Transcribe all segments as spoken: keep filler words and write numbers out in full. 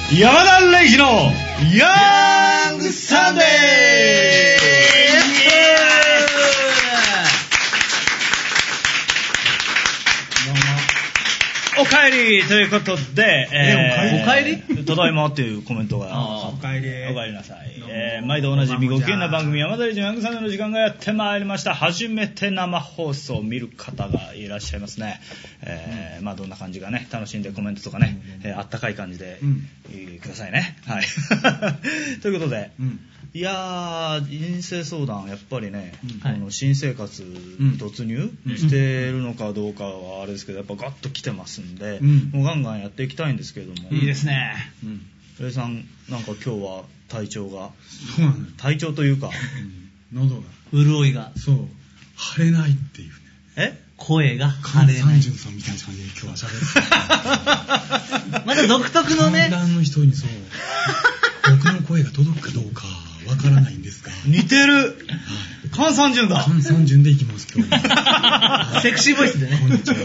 山田レイジのヤングサンデー。おかえりということで、えー、おかえりただいまっていうコメントがおかえりおかえりなさい、えー、毎度おなじみご機嫌な番組山田レイジのヤングサンデーの時間がやってまいりました。初めて生放送を見る方がいらっしゃいますね、えー、まあどんな感じがね楽しんでコメントとかね、えー、あったかい感じで、うん、くださいね、はいということで、うん、いやー人生相談やっぱりね、うん、この新生活に突入してるのかどうかはあれですけどやっぱガッと来てますんで、うん、もうガンガンやっていきたいんですけれども、 いいですね、 うん、レイさんなんか今日は体調がそうなの体調というか、 うん、喉が潤いがそう腫れないっていうねえ声が腫れない関三淳さんみたいな感じで今日は喋ってまた独特のね観覧の人にそう僕の声が届くかどうかわからないんですが似てる、はい、関三淳だ関三淳でいきます今日セクシーボイスでねこんにちは、はい、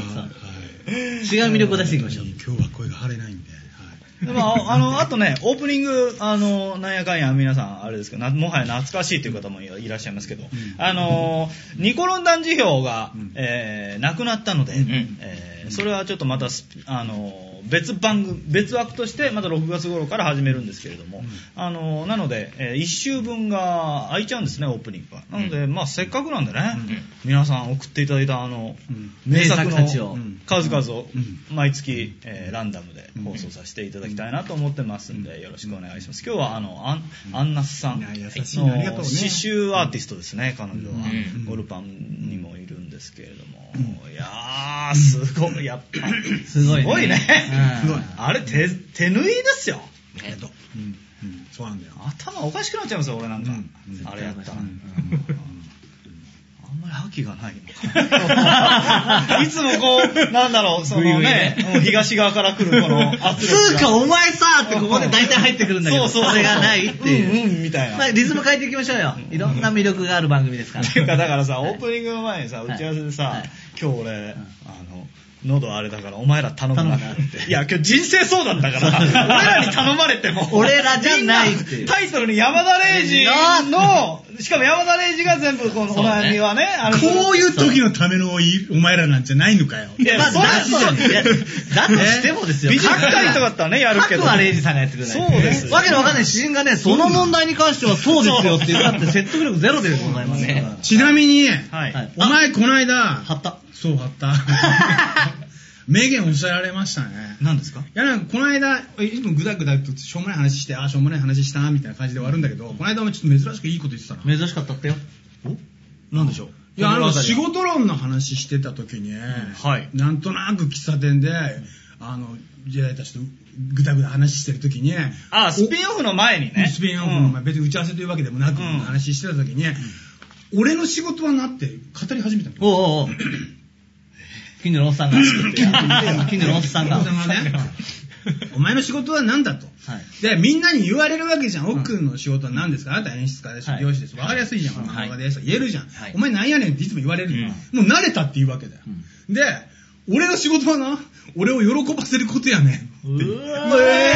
違う魅力を出していきましょう。 今日は声が腫れないんででも あ, あ, のあとねオープニングあのなんやかんや皆さんあれですけどもはや懐かしいという方もいらっしゃいますけど、うん、あのニコロン男児表が、うんえー、なくなったので、うんえー、それはちょっとまたあの別番組別枠としてまたろくがつ頃から始めるんですけれども、うん、あのなので、えー、いっ週分が空いちゃうんですねオープニングがなので、うんまあ、せっかくなんでね、うん、皆さん送っていただいたあの、うん、名作の数々を毎月、えー、ランダムで放送させていただきたいなと思ってますんでよろしくお願いします。今日はあのアン、アンナスさんの刺繍アーティストですね彼女は、うん、ゴルパンにもいるんですけれども、うん、いやーすごいやっぱすごいね、 すごいねうん、 あれ 手, 手縫いですよ、 えっとうんうん、そうなんだよ頭おかしくなっちゃいますよ俺なんか、うん、あれやったら、うんうんあんまり覇気がないのいつもこうなんだろうそのね東側から来るこの圧力がつうかお前さってここで大体入ってくるんだけどそうそうそうそれがないっていう、 うんうんみたいな、 まあ、リズム変えていきましょうよいろんな魅力がある番組ですからっていうかだからさ、はい、オープニングの前にさ打ち合わせでさ、はい、今日俺、うん、あの喉あれだからお前ら頼むなっていや今日人生相談だから俺らに頼まれても俺らじゃないっていうタイトルに山田レイジのしかも山田レイジが全部このお悩みはねあのこういう時のためのお前らなんじゃないのかよいやまあだとしてもですよ美術会とかだったらねやるけど各はレイジさんがやってくれないそうですわけのわかんない詩人がねその問題に関してはそうですよって言ったって説得力ゼロでございますねちなみに、 はい、 お前この間貼ったそう貼った名言おっしゃられましたね。 何ですか？ いやなんかこの間いつもグダグダとしょうもない話してあしょうもない話したみたいな感じで終わるんだけど、この間もちょっと珍しくいいこと言ってたな。 珍しかったってよ。 お？なんでしょう？ いやあの仕事論の話してた時に、うんはい、なんとなく喫茶店で、うん、あのジェライたちとグダグダ話してる時に、 あスピンオフの前にね。 スピンオフの前、うん、別に打ち合わせというわけでもなく、うん、話してた時に、うん、俺の仕事はなって語り始めたの。 おうおうおう近所のおっさんが近所のおっさんがお前の仕事は何だと、はい、でみんなに言われるわけじゃん、うん、奥の仕事は何ですか、あなた演出家です、はい、美容師です、分かりやすいじゃん、漫画です、言えるじゃん、はい、お前何やねんっていつも言われる、うん、もう慣れたって言うわけだよ、うん、で俺の仕事はな俺を喜ばせることやねんってうーえ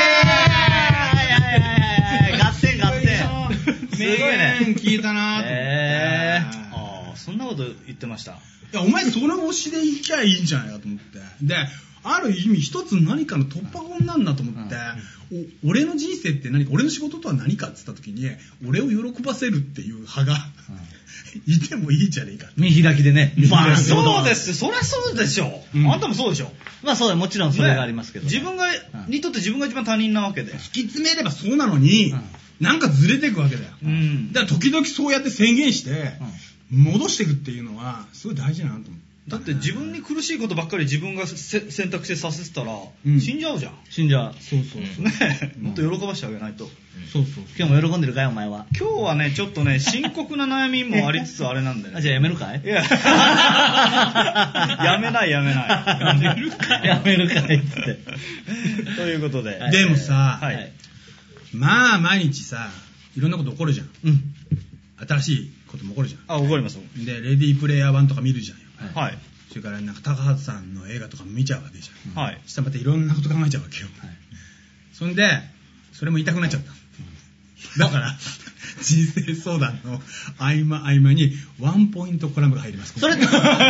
ー合点合点すごいね聞いたなと思って、 えー、あそんなこと言ってました。 いやお前その推しでいきゃいいんじゃないかと思って、である意味一つ何かの突破口なんだと思って、うん、お俺の人生って何か俺の仕事とは何かって言った時に俺を喜ばせるっていう派が、うん、いてもいいじゃねえか見開きでねまあそうですそりゃそうでしょ、うん、あんたもそうでしょ。 まあそうだもちろんそれがありますけど、ね、 自分が、うん、にとって自分が一番他人なわけで引き詰めればそうなのに、うん、なんかずれていくわけだよ、うん、だから時々そうやって宣言して、うん、戻していくっていうのはすごい大事だなと思って。 だって自分に苦しいことばっかり自分が選択してさせてたら、うん、死んじゃうじゃん。 死んじゃう。 そうそうそうね、もっと喜ばしてあげないと、うん、 そうそう今日も喜んでるかいお前は。 今日はねちょっとね深刻な悩みもありつつあれなんだよねあじゃあやめるかい。いややめないやめないやめるかいやめるかいってということで、 はい、でもさ、はい、まあ毎日さいろんなこと起こるじゃん、うん、新しいことも起こるじゃん。 あ起こりますでレディープレイヤー版とか見るじゃんよ。 はい、 それからなんか高畑さんの映画とかも見ちゃうわけじゃん、 はい、 そしたらまたいろんなこと考えちゃうわけよ、はい、 そんでそれも言いたくなっちゃっただから人生相談の合間合間にワンポイントコラムが入ります。 それそれ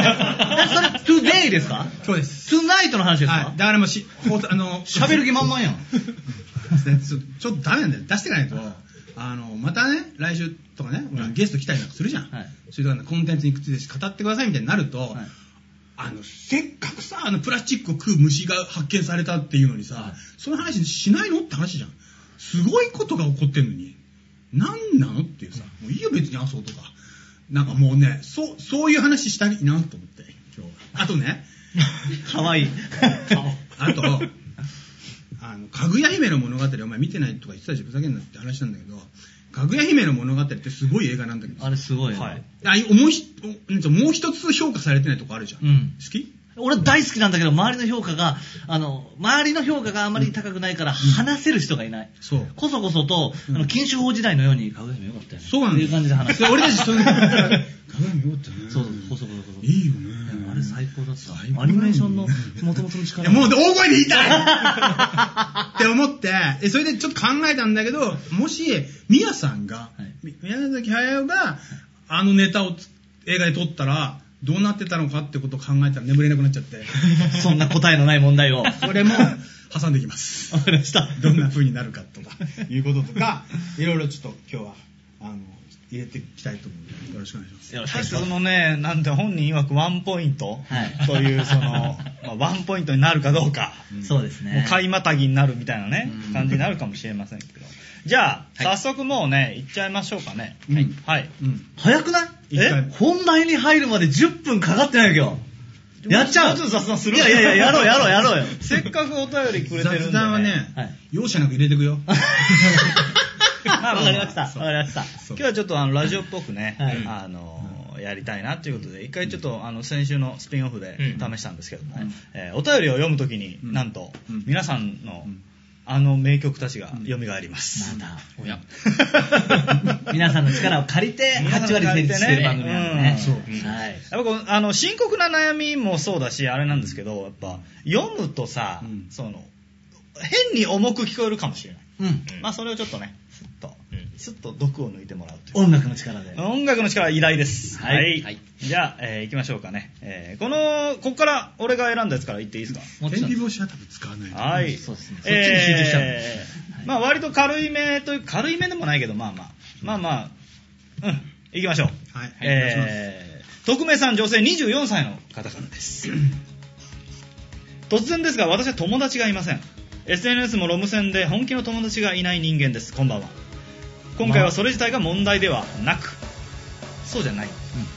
today ですか？ そうです。 tonight の話ですか？ はい、だからもうしあの喋る気満々やんちょ, ちょっとダメなんだよ、出していかないと。あのまたね来週とかね、うん、ゲスト来たりなんかするじゃん、はい、そういうコンテンツについて語ってくださいみたいになると、はい、あのせっかくさあのプラスチックを食う虫が発見されたっていうのにさ、はい、その話しないのって話じゃん。すごいことが起こってんのに何なのっていうさ、もういいよ別に遊ぼうとか、なんかもうね、そ う, そういう話したいなと思って今日は。あとねかわいいあとあのかぐや姫の物語お前見てないとか言ってたしふざけんなって話なんだけど、かぐや姫の物語ってすごい映画なんだけど、 あれすごいね、 はい、あもうひもう一つ評価されてないとこあるじゃん、うん、好き？ 俺大好きなんだけど、周りの評価があの周りの評価があまり高くないから話せる人がいない、うん、そうこそこそと、うん、あの禁酒法時代のようにかぐや姫よかったよね、そうなんだっていう感じで話す俺たちそんなかぐや姫よかったね、そうこそこそこそいいよね、あれ最高だった、ね、アニメーションの元々の力、 もう大声で言いたいって思ってそれでちょっと考えたんだけど、もし宮さんが、はい、宮崎駿があのネタを映画で撮ったらどうなってたのかってことを考えたら眠れなくなっちゃってそんな答えのない問題をそれも挟んでいきます。 わかりました。 どんな風になるかとかいうこととかいろいろちょっと今日はあの入れていきたいと思うのでよろしくお願いします。 よろしくお願いします。そのね、なんて本人曰くワンポイントという、はい、その、まあ、ワンポイントになるかどうか、 うん、そうですね、 もう買いまたぎになるみたいなね、うん、感じになるかもしれませんけど、じゃあ、はい、早速もうね行っちゃいましょうかね、 うん、 はい、はい、 うん、早くない？え本題に入るまでじゅっぷんかかってないよ今日。やっちゃう。 もうちょっと雑談する。 いやいやいや、やろうやろうやろうよせっかくお便りくれてるんで、ね、 雑談はね、はい、容赦なく入れてくよわかりましたわかりました。 今日はちょっとあのラジオっぽくね、はい、あのやりたいなということで一回ちょっとあの先週のスピンオフで試したんですけども、うんえー、お便りを読むときに、うん、なんと、うん、皆さんの、うんあの名曲たちが蘇ります。 なんだおや皆さんの力を借りてはち割成立している番組なんでね。そう。 はい。やっぱこうあの深刻な悩みもそうだしあれなんですけど、やっぱ読むとさ、うん、その変に重く聞こえるかもしれない。うん。まあそれをちょっとね、スッと、うん、スッと毒を抜いてもらうという。 音楽の力で。 音楽の力は偉大です。はい。はいはい、じゃあ、えー、行きましょうかね。えー、このここから俺が選んだやつから言っていいですか。 天日干しは多分使わないと。 はい。そうですね。そっちに集中しちゃう。えーはい、まあ割と軽いめという軽いめでもないけどまあまあまあまあうん行きましょう。はい。えー、匿名さん女性にじゅうよんさいの方からです。突然ですが私は友達がいません。エスエヌエス もロム線で本気の友達がいない人間です。こんばんは。今回はそれ自体が問題ではなく、そうじゃない、うん、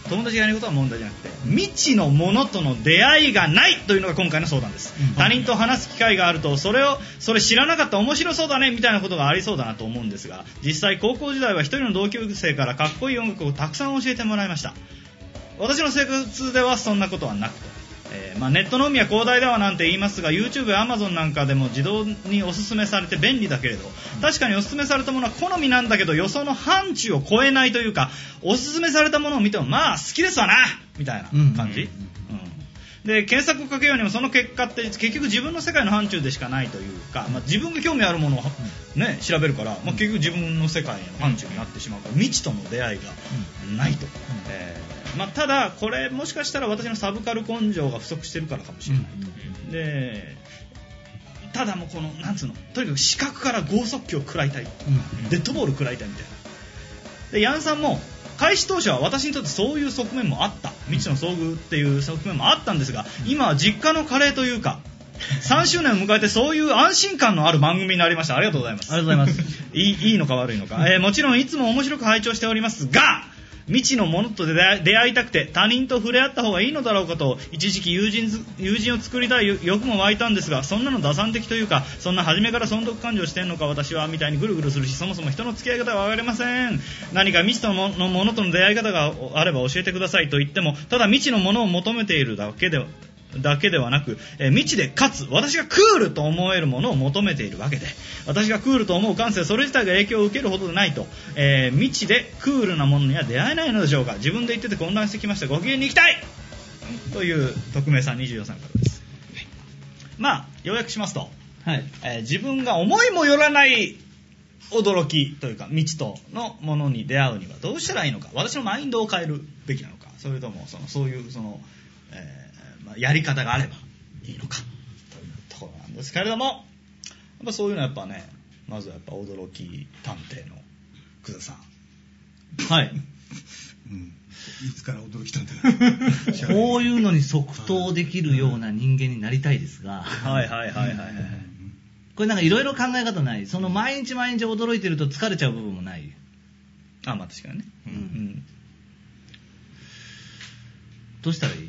友達がいないことは問題じゃなくて未知のものとの出会いがないというのが今回の相談です、うん、他人と話す機会があるとそれをそれ知らなかった面白そうだねみたいなことがありそうだなと思うんですが、実際高校時代は一人の同級生からかっこいい音楽をたくさん教えてもらいました。私の生活ではそんなことはなくとえーまあ、ネットの海は広大だわなんて言いますが YouTube や Amazon なんかでも自動におすすめされて便利だけれど、確かにおすすめされたものは好みなんだけど予想の範疇を超えないというか、おすすめされたものを見てもまあ好きですわなみたいな感じ、うん、で検索をかけようにもその結果って結局自分の世界の範疇でしかないというか、まあ、自分が興味あるものを、ね、調べるから、まあ、結局自分の世界の範疇になってしまうから未知との出会いがないと、えーまあ、ただこれもしかしたら私のサブカル根性が不足してるからかもしれないと、うん、でただもうこのなんつうのとにかく視覚から剛速球を食らいたい、うん、デッドボール食らいたいみたいな。でヤンさんも開始当初は私にとってそういう側面もあった、未知の遭遇っていう側面もあったんですが、今は実家のカレーというかさんしゅうねんを迎えてそういう安心感のある番組になりました。ありがとうございます。 ありがとうございますいい、いいのか悪いのか、えー、もちろんいつも面白く拝聴しておりますが、未知のものと出会いたくて他人と触れ合った方がいいのだろうかと一時期友人友人を作りたい欲も湧いたんですが、そんなの打算的というか、そんな初めから損得感情してんのか私はみたいにぐるぐるするし、そもそも人の付き合い方が分かりません。何か未知のものとの出会い方があれば教えてくださいと言っても、ただ未知のものを求めているだけではだけではなく、えー、未知でかつ私がクールと思えるものを求めているわけで、私がクールと思う感性それ自体が影響を受けるほどでないと、えー、未知でクールなものには出会えないのでしょうか。自分で言ってて混乱してきました。ご機嫌に行きたいという匿名さんにじゅうよんさいの方です。まあ要約しますと、 はいえー、自分が思いもよらない驚きというか未知とのものに出会うにはどうしたらいいのか、私のマインドを変えるべきなのか、それともそのそういうその、えーまあ、やり方があればいいのかというところなんですけれども、やっぱそういうのはやっぱね、まずはやっぱ驚き探偵の久世さん、はい、 うん、いつから驚き探偵こういうのに即答できるような人間になりたいですが、 はいはいはいはいはい、 これなんかいろいろ考え方ない。その毎日毎日驚いてると疲れちゃう部分もない。 あ、まあ確かにね。うん。うん、 どうしたらいい？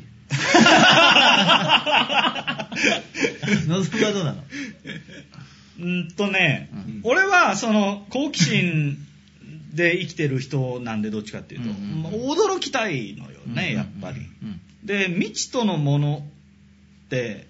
のぞみはどうなの？ うんとね、うん、俺はその好奇心で生きてる人なんでどっちかっていうと、うんうんまあ、驚きたいのよね、やっぱり。うんうん、で、未知とのものって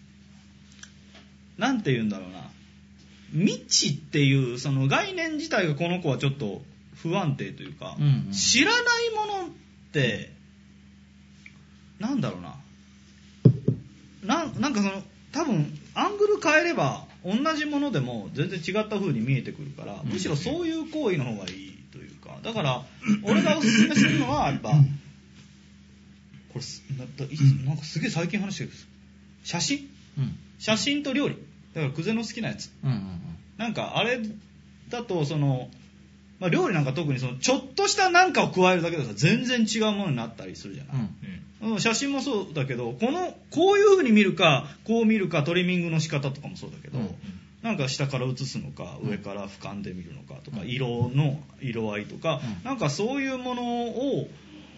なんて言うんだろうな。未知っていうその概念自体がこの子はちょっと不安定というか、うんうん、知らないものってなんだろうな、な、なんかその多分アングル変えれば同じものでも全然違った風に見えてくるから、むしろそういう行為の方がいいというか、だから俺がおすすめするのはやっぱこれなんかすげえ最近話してるんです写真、うん、写真と料理だから久世の好きなやつ、うんうんうん、なんかあれだとその、まあ、料理なんか特にそのちょっとした何かを加えるだけでさ全然違うものになったりするじゃない、うんうん、写真もそうだけどこのこういう風に見るかこう見るかトリミングの仕方とかもそうだけど、うんうん、なんか下から写すのか上から俯瞰で見るのかとか、うん、色の色合いとか、うん、なんかそういうものを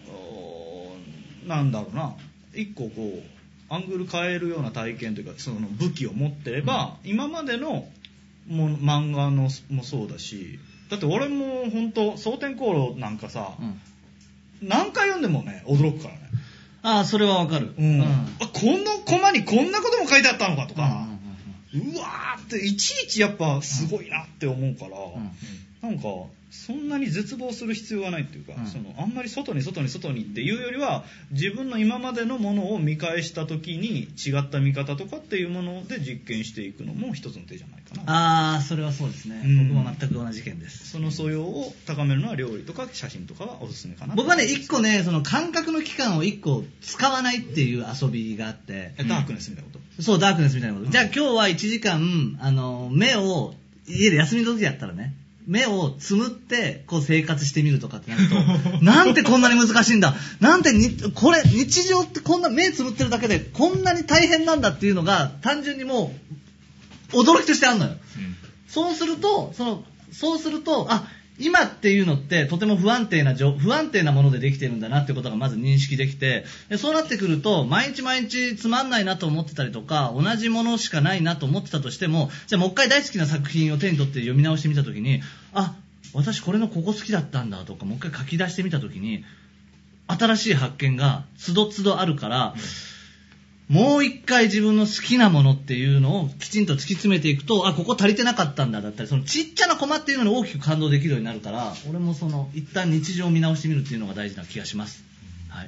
なんだろうな一個こうアングル変えるような体験というかその武器を持ってれば、うん、今までのも漫画のもそうだし、だって俺も本当蒼天航路なんかさ、うん、何回読んでもね驚くからね。 ああそれはわかる、 うんうん、あこのコマにこんなことも書いてあったのかとか、うんうんうんうん、うわーっていちいちやっぱすごいなって思うから、うんうん、なんかそんなに絶望する必要がないっていうか、うん、そのあんまり外に外に外にっていうよりは自分の今までのものを見返した時に違った見方とかっていうもので実験していくのも一つの手じゃないかな。 ああそれはそうですね、うん、僕も全く同じ意見です。 その素養を高めるのは料理とか写真とかはおすすめかな。 僕はね一個ねその感覚の期間を一個使わないっていう遊びがあって、 うん、ダークネスみたいなこと。 そうダークネスみたいなこと、うん、じゃあ今日はいちじかんあの目を家で休みの時やったらね目をつむってこう生活してみるとかってなるとなんてこんなに難しいんだなんてにこれ日常ってこんな目つむってるだけでこんなに大変なんだっていうのが単純にもう驚きとしてあるのよ、うん、そうするとそのそうするとあ今っていうのってとても不安定な不安定なものでできてるんだなっていうことがまず認識できて、でそうなってくると毎日毎日つまんないなと思ってたりとか同じものしかないなと思ってたとしても、じゃあもう一回大好きな作品を手に取って読み直してみたときにあ私これのここ好きだったんだとかもう一回書き出してみたときに新しい発見がつどつどあるから、うんもう一回自分の好きなものっていうのをきちんと突き詰めていくとあここ足りてなかったんだだったりそのちっちゃなコマっていうのに大きく感動できるようになるから俺もその一旦日常を見直してみるっていうのが大事な気がします、はい、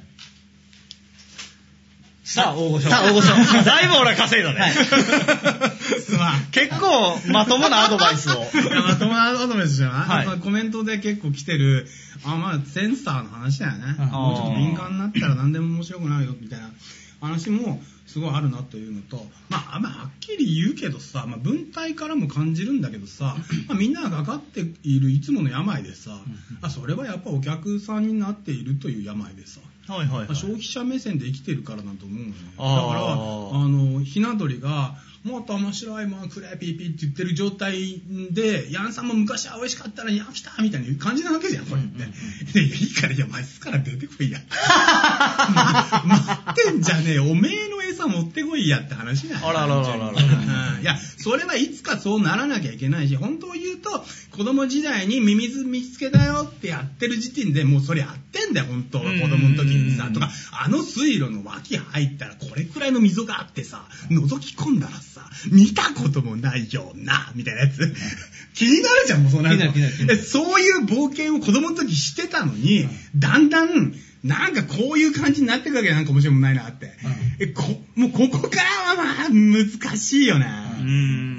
さあ大御所さあ大御所だいぶ俺は稼いだね、はい、すまん結構まともなアドバイスをいやまともなアドバイスじゃない、はい、コメントで結構来てるあまあセンサーの話だよね、うん、もうちょっと敏感になったら何でも面白くなるよみたいな話もすごいあるなというのと、まあ、まあはっきり言うけどさ、まあ、文体からも感じるんだけどさ、まあ、みんながかかっているいつもの病でさ、あそれはやっぱお客さんになっているという病でさ、はいはいはいまあ、消費者目線で生きてるからなんと思うのね。だからあのひな鳥がもっと面白いもんくれピーピーって言ってる状態でヤンさんも昔は美味しかったのに飽きたみたいな感じなわけじゃんこれって、うんうんうん、いやいいからいや前すから出てこいや待ってんじゃねえおめえの餌持ってこいやって話だよ。 あららららら、うん、 いやそれはいつかそうならなきゃいけないし本当を言うと子供時代にミミズ見つけたよってやってる時点でもうそれやってんだよ本当は子供の時にさとかあの水路の脇入ったらこれくらいの溝があってさ覗き込んだらさ見たこともないようなみたいなやつ気になるじゃんもうそうなるとそういう冒険を子供の時してたのに、うん、だんだんなんかこういう感じになってくわけなんか面白いもないなって、うん、えこもうここからはまあ難しいよね、うん、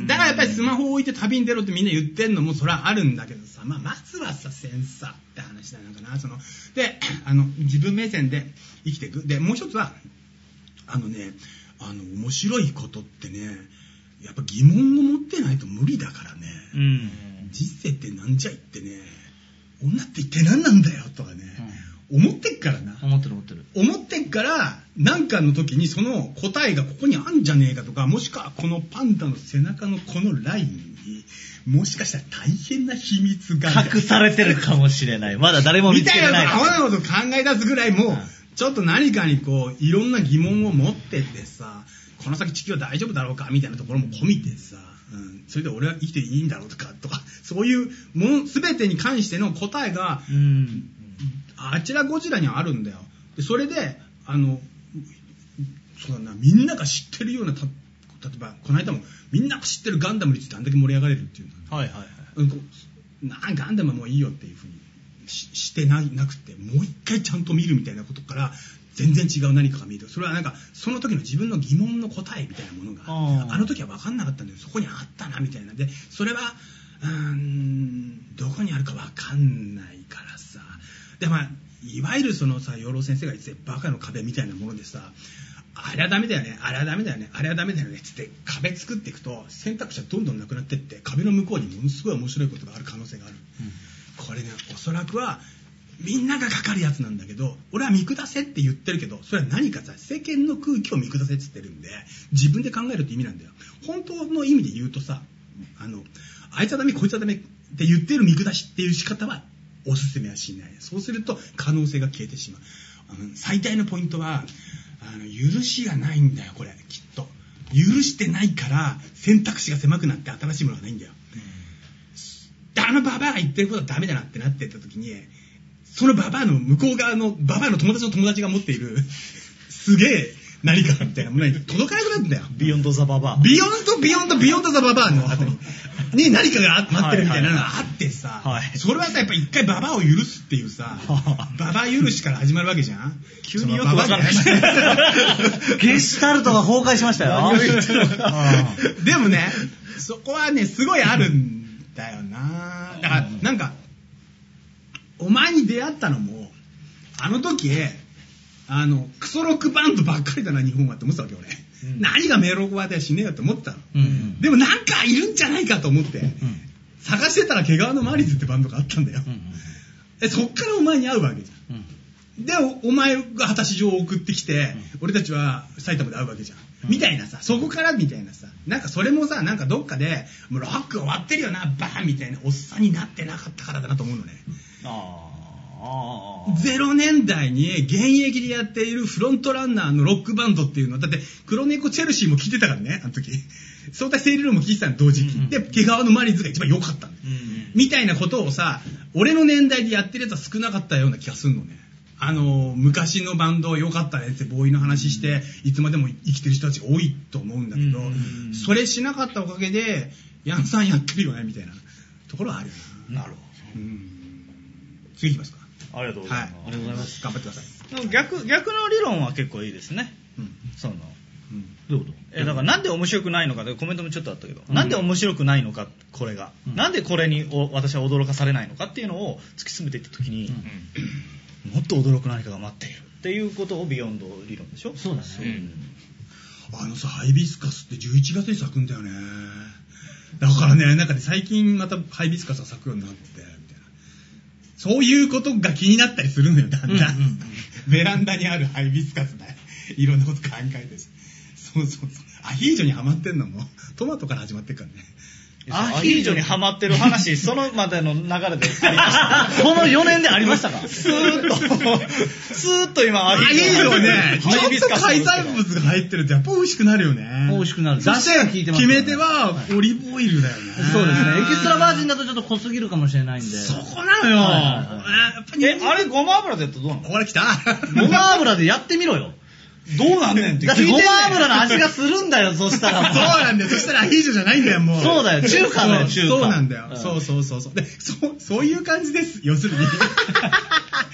だからやっぱりスマホを置いて旅に出ろってみんな言ってんのもそれはあるんだけどさ、まあ、まずはさセンサーって話なのかな。そのであの自分目線で生きていく。でもう一つはあのねあの面白いことってねやっぱ疑問を持ってないと無理だからね、うん、人生ってなんじゃいってね女って一体何なんだよとかね、うん、思ってっからな。 思ってる思ってる思ってっからなんかの時にその答えがここにあんじゃねえかとか、もしくはこのパンダの背中のこのラインにもしかしたら大変な秘密が隠されてるかもしれない。まだ誰も見つけてないみたいなアホなこと考え出すぐらいもう、うん、ちょっと何かにこういろんな疑問を持っててさ、この先地球は大丈夫だろうかみたいなところも込みてさ、うん、それで俺は生きていいんだろうとかとか、そういうもの全てに関しての答えが、うん、あちらこちらにあるんだよ。でそれであのそうだな、みんなが知ってるような、た例えばこの間もみんなが知ってるガンダムについてあんだけ盛り上がれるっていうのは、はいはいはい、うん、なガンダムはもういいよっていうふうに し, してな, なくてもう一回ちゃんと見るみたいなことから全然違う何かが見える。それはなんかその時の自分の疑問の答えみたいなものが あ, あの時は分かんなかったんだけどそこにあったなみたいな。でそれはうーんどこにあるか分かんないからさ。でまあいわゆるそのさ養老先生が言ってたバカの壁みたいなものでさ、あれはダメだよねあれはダメだよねあれはダメだよねつって壁作っていくと選択肢はどんどんなくなってって壁の向こうにものすごい面白いことがある可能性がある、うん、これねおそらくはみんながかかるやつなんだけど、俺は見下せって言ってるけどそれは何かさ世間の空気を見下せって言ってるんで自分で考えるって意味なんだよ。本当の意味で言うとさ、あのあいつはダメこいつはダメって言ってる見下しっていう仕方はおすすめはしない。そうすると可能性が消えてしまう。あの最大のポイントはあの許しがないんだよ。これきっと許してないから選択肢が狭くなって新しいものがないんだよ、うん、あのババアが言ってることはダメだなってなってった時にそのババアの向こう側のババアの友達の友達が持っているすげえ何かみたいなものに届かなくなるんだよ。 ビヨンドザババアビヨンドビヨンドビヨンドザババアの後にに何かが待ってるみたいなのがあってさ、はいはいはい、それはさやっぱ一回ババアを許すっていうさババア許しから始まるわけじゃん。 急によくわかんないゲシュタルトが崩壊しましたよでもねそこはねすごいあるんだよな。だからなんかお前に出会ったのもあの時あのクソロックバンドばっかりだな日本はって思ってたわけ俺、うん、何がメロコアではしねえよって思ってたの、うんうん、でもなんかいるんじゃないかと思って、うん、探してたら毛皮のマリズってバンドがあったんだよ、うんうん、でそっからお前に会うわけじゃん、うん、で お, お前が果たし状を送ってきて、うん、俺たちは埼玉で会うわけじゃん、うん、みたいなさそこからみたいなさなんかそれもさなんかどっかでもうロック終わってるよなバーンみたいなおっさんになってなかったからだなと思うのね。あゼロねんだいに現役でやっているフロントランナーのロックバンドっていうのはだって黒猫チェルシーも聴いてたからねあの時相対性理論も聴いてたの同時期、うんうん、で毛皮のマリーズが一番良かったの、うんうん、みたいなことをさ俺の年代でやってるやつは少なかったような気がするのね。あの昔のバンド良かったねってボーイの話していつまでも生きてる人たちが多いと思うんだけど、うんうんうん、それしなかったおかげでヤンさんやってるよねみたいなところはあるよな。 なるほど、うん、 次いきますか。 ありがとうございます、はい、 ありがとうございます。 頑張ってください。逆逆の理論は結構いいですね、うん、その、うん、どういうことえだからなんで面白くないのかでコメントもちょっとあったけど、うん、なんで面白くないのかこれが、うん、なんでこれに私は驚かされないのかっていうのを突き詰めていった時に、うん、もっと驚く何かが待っているっていうことをビヨンド理論でしょ。 そうだね、 うん、あのさハイビスカスってじゅういちがつに咲くんだよね。だからねなんかね最近またハイビスカスが咲くようになってそういうことが気になったりするのよだんだん、うんうんうん、ベランダにあるハイビスカスでいろんなこと考えてそうそうそうアヒージョにハマってんのもトマトから始まってるからね。 アヒージョにハマってる話そのまでの流れでありましたこのよねんでありましたかスーッとスーッと今アヒージョねちょっと海産物が入ってるとやっぱ美味しくなるよね。 美味しくなる。 そして決め手はオリーブオイルだよね、はい、 そうですね。エキストラバージンだとちょっと濃すぎるかもしれないんでそこなのよ、はいはいはい、 やっぱりえあれごま油でやったらどうなの。 ほら来たごま油でやってみろよどうなんねんってだってごま油の味がするんだよそしたらそうなんだよそしたらアヒージョじゃないんだよもうそうだよ中華だよ中華そうなんだよ、うん、そうそうそうそうでそそういう感じです要するに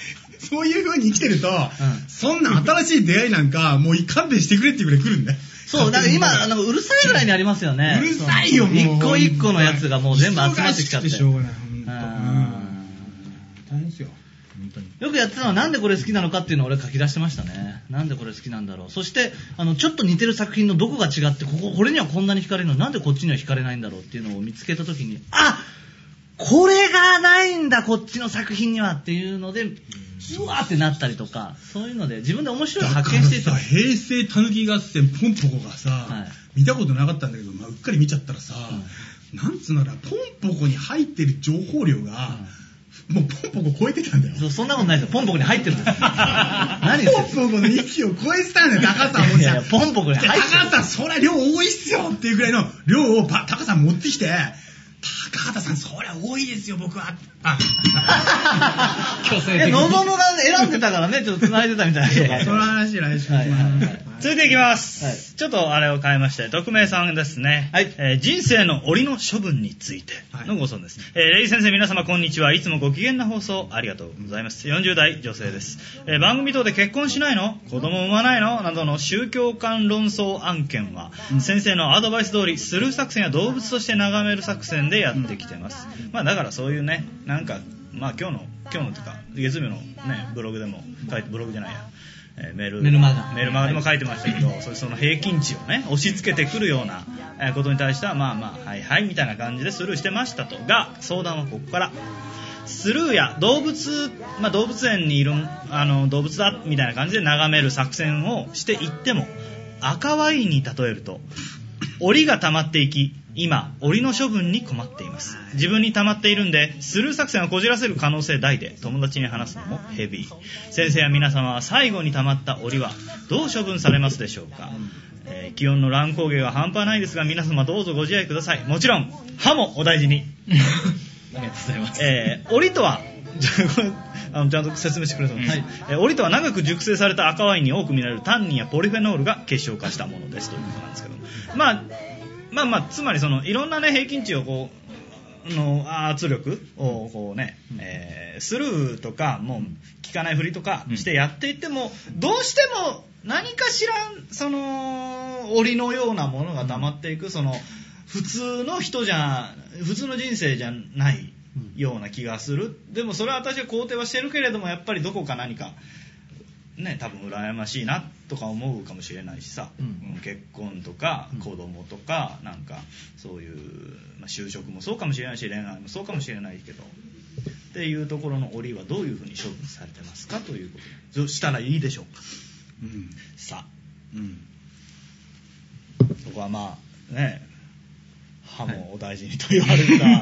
そういう風に生きてると、うん、そんな新しい出会いなんかもう勘弁してくれっていうぐらい来るんだよ。 そう、だから今、なんかうるさいぐらいにありますよね。 うるさいよ、もう。 一個一個のやつがもう全部集まってきちゃって。 しょうがない、ほんと。大変ですよ。本当によくやってたのはなんでこれ好きなのかっていうのを俺書き出してましたね。なんでこれ好きなんだろう。そしてあのちょっと似てる作品のどこが違ってこここれにはこんなに惹かれるのなんでこっちには惹かれないんだろうっていうのを見つけたときに、あ、これがないんだこっちの作品にはっていうのでうわーってなったりとか、そういうので自分で面白い発見していた。 だからさ、平成たぬき合戦ポンポコがさ、はい、見たことなかったんだけど、まあ、うっかり見ちゃったらさ、うん、なんつうのかな、ポンポコに入ってる情報量が、うん、もうポンポコ超えてたんだよ。 そ, そんなことないですよ。ポンポコに入ってるんですよ。何ですよ。 ポンポコの域を超えてたんだよ、高さんも。 いやいや、ポンポコに入ってる。 高さん、そりゃ量多いっすよっていうぐらいの量をパ高さん持ってきて、高畑さん、そりゃ多いですよ、僕は。あ強制的に。のぞむが選んでたからね、ちょっと繋いでたみたいな。 その話来週。 はいはいはい、続いていきます、はい。ちょっとあれを変えまして、匿名さんですね。はい、えー、人生の折の処分についてのご相談です。はい、えー、レイ先生、皆様こんにちは。いつもご機嫌な放送ありがとうございます。よんじゅう代女性です。えー、番組等で結婚しないの？子供産まないの？などの宗教間論争案件は、うん、先生のアドバイス通り、スルー作戦や動物として眺める作戦でやってきてます。まあだからそういうね、なんかまあ今日の今日のというか月曜のねブログでも書いて、ブログじゃないや、えー、メールメルマガメールマガでも書いてましたけど、はい、その平均値をね押し付けてくるようなことに対してはまあまあはいはいみたいな感じでスルーしてましたと。が相談はここから。スルーや動物、まあ、動物園にいるあの動物だみたいな感じで眺める作戦をしていっても、赤ワインに例えると檻が溜まっていき、今檻の処分に困っています。自分に溜まっているんでスルー作戦をこじらせる可能性大で、友達に話すのもヘビー。先生や皆様は最後に溜まった檻はどう処分されますでしょうか。えー、気温の乱高下が半端ないですが、皆様どうぞご自愛ください。もちろん歯もお大事に。 ありがとうございます。 えー、檻とはあのちゃんと説明してくれたんです、はい。えー、檻とは長く熟成された赤ワインに多く見られるタンニンやポリフェノールが結晶化したものですということなんですけど、まあまあまあ、つまりそのいろんなね平均値をこうの圧力をこうね、うん、えー、スルーとかもう効かないふりとかしてやっていっても、うん、どうしても何かしらその檻のようなものが溜まっていく、その普通の人じゃ普通の人生じゃないような気がする。でもそれは私は肯定はしてるけれども、やっぱりどこか何かね、多分羨ましいなとか思うかもしれないしさ、うん、結婚とか子供とか、なんかそういう、まあ、就職もそうかもしれないし、恋愛もそうかもしれないけどっていうところの檻はどういうふうに処分されてますかということでしたらいいでしょうか。うん、さあ、うん、そこはまあね、歯もお大事にと言われた、はい、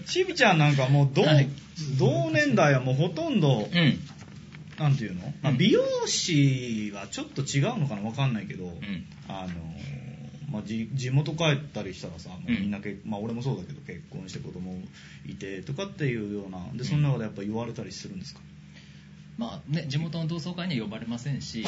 しびちゃんなんかもう 同,、はい、同年代はもうほとんど、うん、なんていうの、まあ、美容師はちょっと違うのかな分かんないけど、うん、あのまあ、地, 地元帰ったりしたらさ、もうみんなけ、まあ、俺もそうだけど結婚して子供いてとかっていうようなで、その中でやっぱ言われたりするんですか。 まあね、地元の同窓会には呼ばれませんし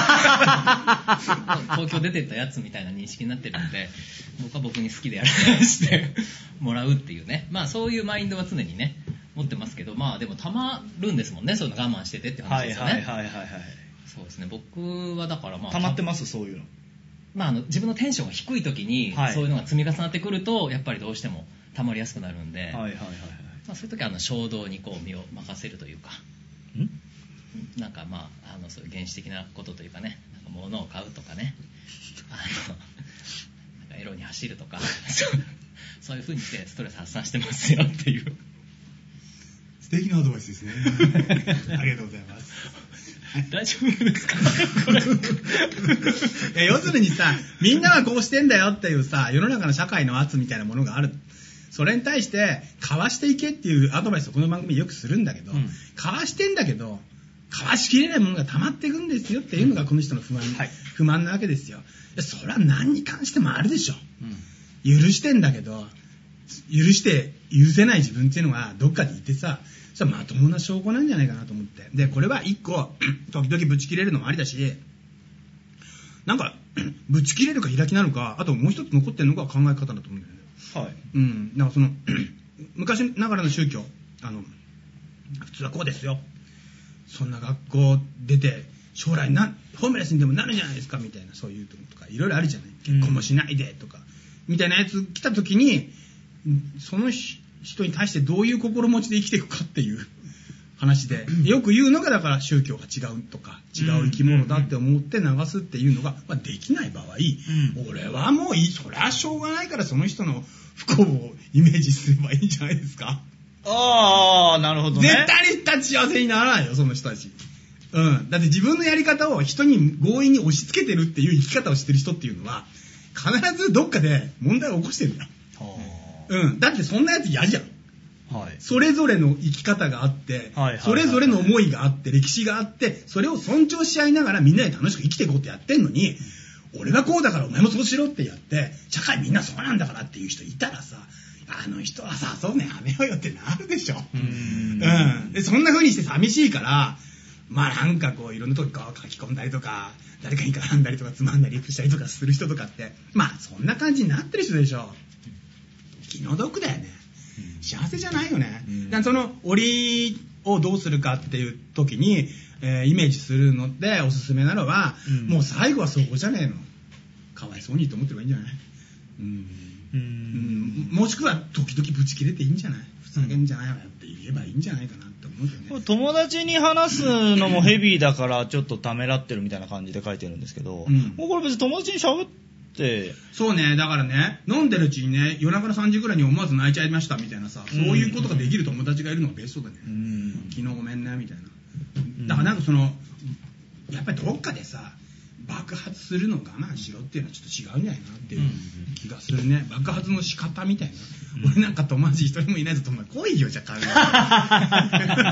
東京出てったやつみたいな認識になってるんで、僕は僕に好きでやらしてもらうっていうね、まあそういうマインドは常にね持ってますけど、まあでもたまるんですもんね、そういうの我慢しててって話ですよね。はいはいはいはい、はい、そうですね。僕はだからまあたまってます、そういうの。 まああの自分のテンションが低い時に、はい、そういうのが積み重なってくるとやっぱりどうしてもたまりやすくなるんで、はいはいはいはい、まあ、そういう時はあの衝動にこう身を任せるというか、んなんかまあ、あのそういう原始的なことというかね、なんか物を買うとかね、あのなんかエロに走るとかそういう風にしてストレス発散してますよっていう素敵なアドバイスですねありがとうございます大丈夫ですかいや要するにさ、みんなはこうしてんだよっていうさ、世の中の社会の圧みたいなものがある。それに対してかわしていけっていうアドバイスをこの番組でよくするんだけど、うん、かわしてんだけどかわしきれないものが溜まっていくんですよっていうのがこの人の不満、うん、はい、不満なわけですよ。それは何に関してもあるでしょ、うん、許してんだけど許して許せない自分っていうのがどっかでいてさ、それはまともな証拠なんじゃないかなと思って。でこれは一個時々ぶち切れるのもありだし、なんかぶち切れるか開きなのか、あともう一つ残ってるのが考え方だと思うんだよね。はい、うん、なんかその昔ながらの宗教、あの普通はこうですよ、 そんな学校出て将来なホームレスにでもなるじゃないですかみたいな、そういうとかいろいろあるじゃない、結婚もしないでとか、うん、みたいなやつ来た時に、その人に対してどういう心持ちで生きていくかっていう話で、よく言うのがだから宗教が違うとか違う生き物だって思って流すっていうのが、まあ、できない場合、うん、俺はもういい、それはしょうがないからその人の不幸をイメージすればいいんじゃないですか。 ああ、なるほどね。 絶対に立ち幸せにならないよその人たち。うん、だって自分のやり方を人に強引に押し付けてるっていう生き方をしてる人っていうのは必ずどっかで問題を起こしてるんだよ。うん、だってそんなやつ嫌じゃん。はい、それぞれの生き方があって、はいはいはいはい、それぞれの思いがあって歴史があって、それを尊重し合いながらみんなで楽しく生きていこうってやってんのに、うん、俺がこうだからお前もそうしろってやって社会みんなそうなんだからっていう人いたらさ、あの人はさ、そうね、やめようよってなるでしょ。うん、うん、でそんな風にして寂しいから、まあなんかこういろんなとこにこう書き込んだりとか誰かに絡んだりとかつまんだりしたりとかする人とかって、まあそんな感じになってる人でしょ。気の毒だよね。幸せじゃないよね。うん、だからその檻をどうするかっていう時に、えー、イメージするのでおすすめなのは、うん、もう最後はそこじゃねえの。かわいそうにと思ってればいいんじゃない？うんうん、もしくは時々ブチ切れていいんじゃない？ふざけんじゃないわよって言えばいいんじゃないかなって思うけどね。 友達に話すのもヘビーだからちょっとためらってるみたいな感じで書いてるんですけど、うん、もうこれ別に友達に喋ってそうね、だからね、飲んでるうちにね、夜中のさんじぐらいに思わず泣いちゃいましたみたいなさ、そういうことができる友達がいるのがベストだね。うん、昨日ごめんねみたいな。だからなんかそのやっぱりどっかでさ爆発するのを我慢しろっていうのはちょっと違うんじゃないかなっていう気がするね。爆発の仕方みたいな、うん、俺なんか友達一人もいないぞと思う。来いよじゃあ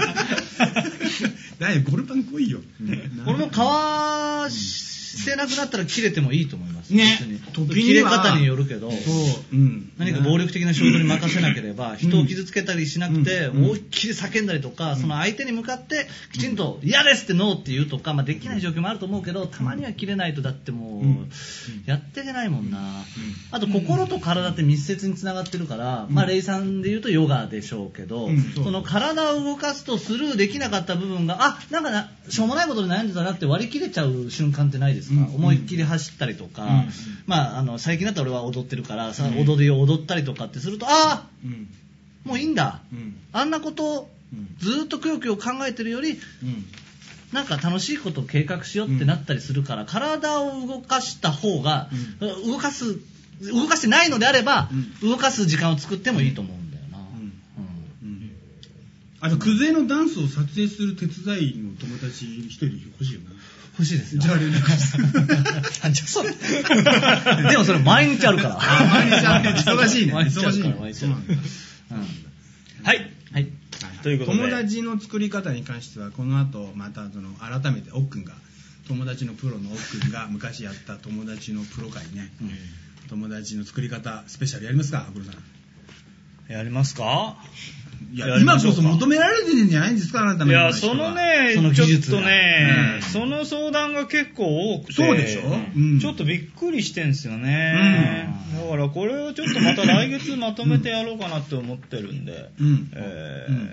何ゴルパン来いよ。 俺も交わしてなくなったら切れてもいいと思いますね。 切れ方によるけど、そう、うん、何か暴力的な仕事に任せなければ人を傷つけたりしなくて、うん、思いっきり叫んだりとか、うん、その相手に向かってきちんと嫌ですってノーって言うとか、まあ、できない状況もあると思うけど、たまには切れないとだってもう、うん、やっていけないもんな、うん、あと心と体って密接につながってるから、うん、まあレイさんで言うとヨガでしょうけど、うん、その体を動かすとスルーできなかった部分が、あ、なんかなしょうもないことで悩んでたなって割り切れちゃう瞬間ってないですか？うん、思いっきり走ったりとか、うん、まあ、あの最近だったら俺は踊ってるからさ、うん、踊りを踊ったりとかってすると、ああ、うん、もういいんだ、うん、あんなことをずっとくよくよ考えてるより、うん、なんか楽しいことを計画しようってなったりするから、うん、体を動かした方が、うん、動かす動かしてないのであれば、うん、動かす時間を作ってもいいと思うんだよな、うんうんうん、 あとクゼのダンスを撮影する手伝いの友達一人欲しいよな。 欲しいですよ。 じゃあ連絡して。 なんじゃそれ。でもそれ毎日あるから。 毎日ある。忙しいね。 忙しいね。毎日ある。 はい。はい。ということで。 友達の作り方に関してはこの後またその改めておっくんが友達のプロのおっくんが昔やった友達のプロ会ね。うん、友達の作り方スペシャルやりますか、アクロさん。 やりますか。 いや今こそ求められてるんじゃないんですか、あなたのいやそのねその技術ちょっとね、うん、その相談が結構多くて、 そうでしょ、うん、 ちょっとびっくりしてんですよね、うん、だからこれをちょっとまた来月まとめてやろうかなって思ってるんで、うんえーうん、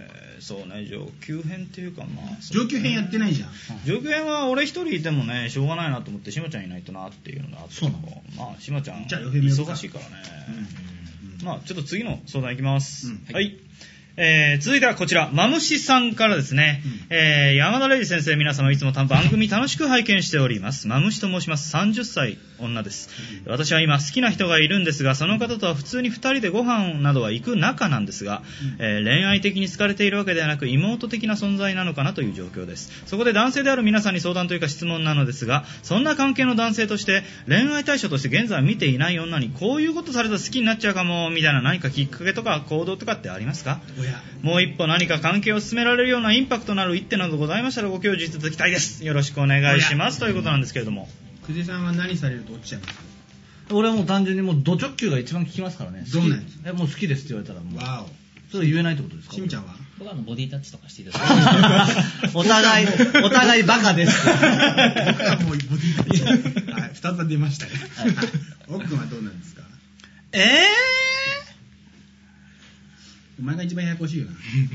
そうね上級編っていうかまあ上級編やってないじゃん。 上級編は俺一人いてもねしょうがないなと思ってしまちゃんいないとなっていうのがあって、そうなのまあしまちゃん忙しいからね、うん、まあちょっと次の相談いきます、うん、はい、はいえー、続いてはこちらマムシさんからですね、うんえー、山田礼二先生皆様いつも番組楽しく拝見しております。マムシと申します。さんじゅっさい女です。私は今好きな人がいるんですがその方とは普通にふたりでご飯などは行く仲なんですが、うんえー、恋愛的に好かれているわけではなく妹的な存在なのかなという状況です。そこで男性である皆さんに相談というか質問なのですが、そんな関係の男性として恋愛対象として現在見ていない女にこういうことされたら好きになっちゃうかもみたいな何かきっかけとか行動とかってありますか？もう一歩何か関係を進められるようなインパクトのある一手などございましたらご教示いただきたいです。よろしくお願いしますということなんですけれども、 久世さんは何されると落ちちゃいますか？ 俺はもう単純にもうド直球が一番効きますからね。 どんなやつ？ えもう好きですって言われたらもうわおそれ言えないってことですか？ しみちゃんは？ 僕はあのボディタッチとかしていただいてお互いお互いバカです僕はもうボディタッチはいふたつ出ましたね、はい、おっくんはどうなんですか？ えーお前が一番ややこしいよな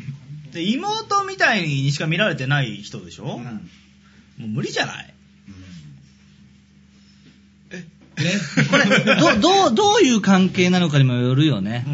で妹みたいにしか見られてない人でしょ、うん、もう無理じゃない、 うん、ええこれどどうどういう関係なのかにもよるよね、うん、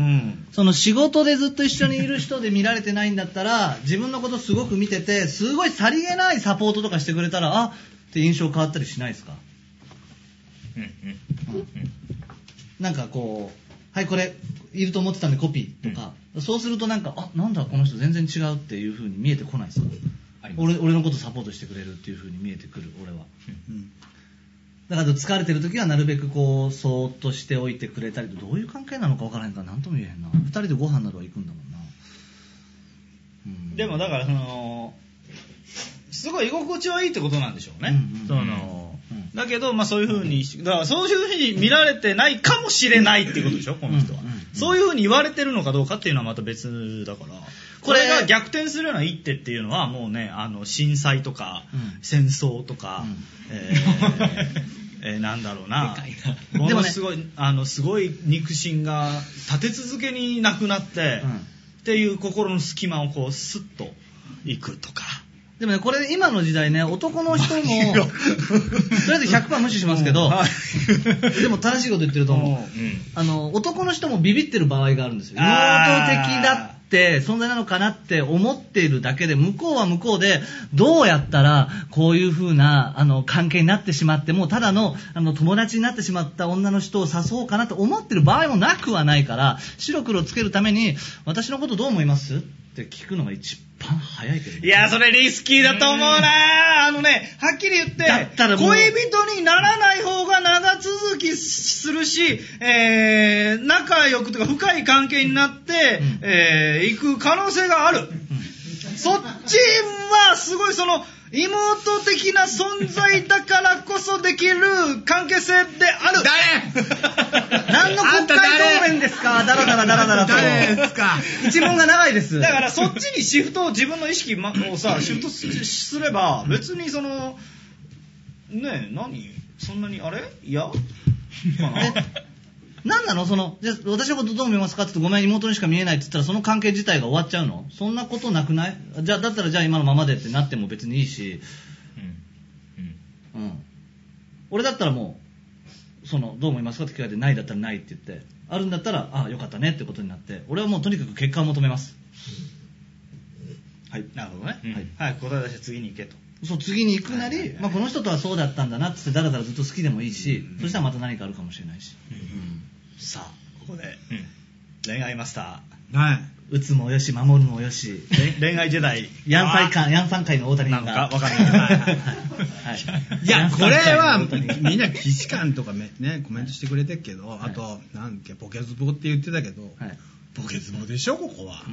その仕事でずっと一緒にいる人で見られてないんだったら自分のことすごく見ててすごいさりげないサポートとかしてくれたらあって印象変わったりしないですか、うんうんうん、なんかこうはいこれいると思ってたんでコピーとか、うん、そうするとなんかあなんだこの人全然違うっていう風に見えてこないですか、俺, 俺のことサポートしてくれるっていう風に見えてくる俺は、うん、だから疲れてる時はなるべくこうそーっとしておいてくれたりどういう関係なのか分からへんから何とも言えへんなふたりでご飯などは行くんだもんな、 うん、でもだからそのすごい居心地はいいってことなんでしょうね、うんうん、そのだけど、まあ、そういう風にだからそういう風に見られてないかもしれないっていうことでしょこの人は、うんうんうん、そういう風に言われてるのかどうかっていうのはまた別だからこれが逆転するような一手っていうのはもうねあの震災とか、うん、戦争とか、うんえーえー、なんだろうなものすごい、ね、あのすごい肉親が立て続けになくなって、うん、っていう心の隙間をこうスッといくとかでもねこれ今の時代ね男の人もとりあえず ひゃくパーセント 無視しますけど、うんはい、でも正しいこと言ってると思う、うん、あの男の人もビビってる場合があるんですよ。妹的だって存在なのかなって思っているだけで向こうは向こうでどうやったらこういう風なあの関係になってしまってもうただ の, あの友達になってしまった女の人を誘おうかなと思ってる場合もなくはないから白黒つけるために私のことどう思いますって聞くのが一番早いけど、ね、 いやそれリスキーだと思うなあのねはっきり言って恋人にならない方が長続きするし、えー、仲良くとか深い関係になって、うんえー、行く可能性がある、うん、そっちはすごいその妹的な存在だからこそできる関係性である。 誰何の国会答弁ですか。ダラダラダラダラと誰ですか。 一問が長いです。 だからそっちにシフトを自分の意識をさシフトすれば別にそのねえ何そんなにあれいやかな何なのそのじゃ私のことどう思いますかって言ってごめん妹にしか見えないって言ったらその関係自体が終わっちゃうの。そんなことなくない。じゃあだったらじゃあ今のままでってなっても別にいいし、うんうんうん、俺だったらもうそのどう思いますかって聞かれてないだったらないって言ってあるんだったらああよかったねってことになって俺はもうとにかく結果を求めます、 うん、はいなるほどね、うん、はい早く答え出して次に行けと。 そう次に行くなり、はいはいはいまあ、この人とはそうだったんだなってだらだらずっと好きでもいいし、うん、そしたらまた何かあるかもしれないし、うんうんさあここで、うん、恋愛マスター、はい、打つもよし守るもよし恋愛時代ヤンサイカンヤンサン界の大谷がなんか分かんないけど、はいはい、 いやこれはみんな既視感とかねコメントしてくれてるけど、はい、あとなんだっけポケズボって言ってたけど、はい、ポケズボでしょここは、うん、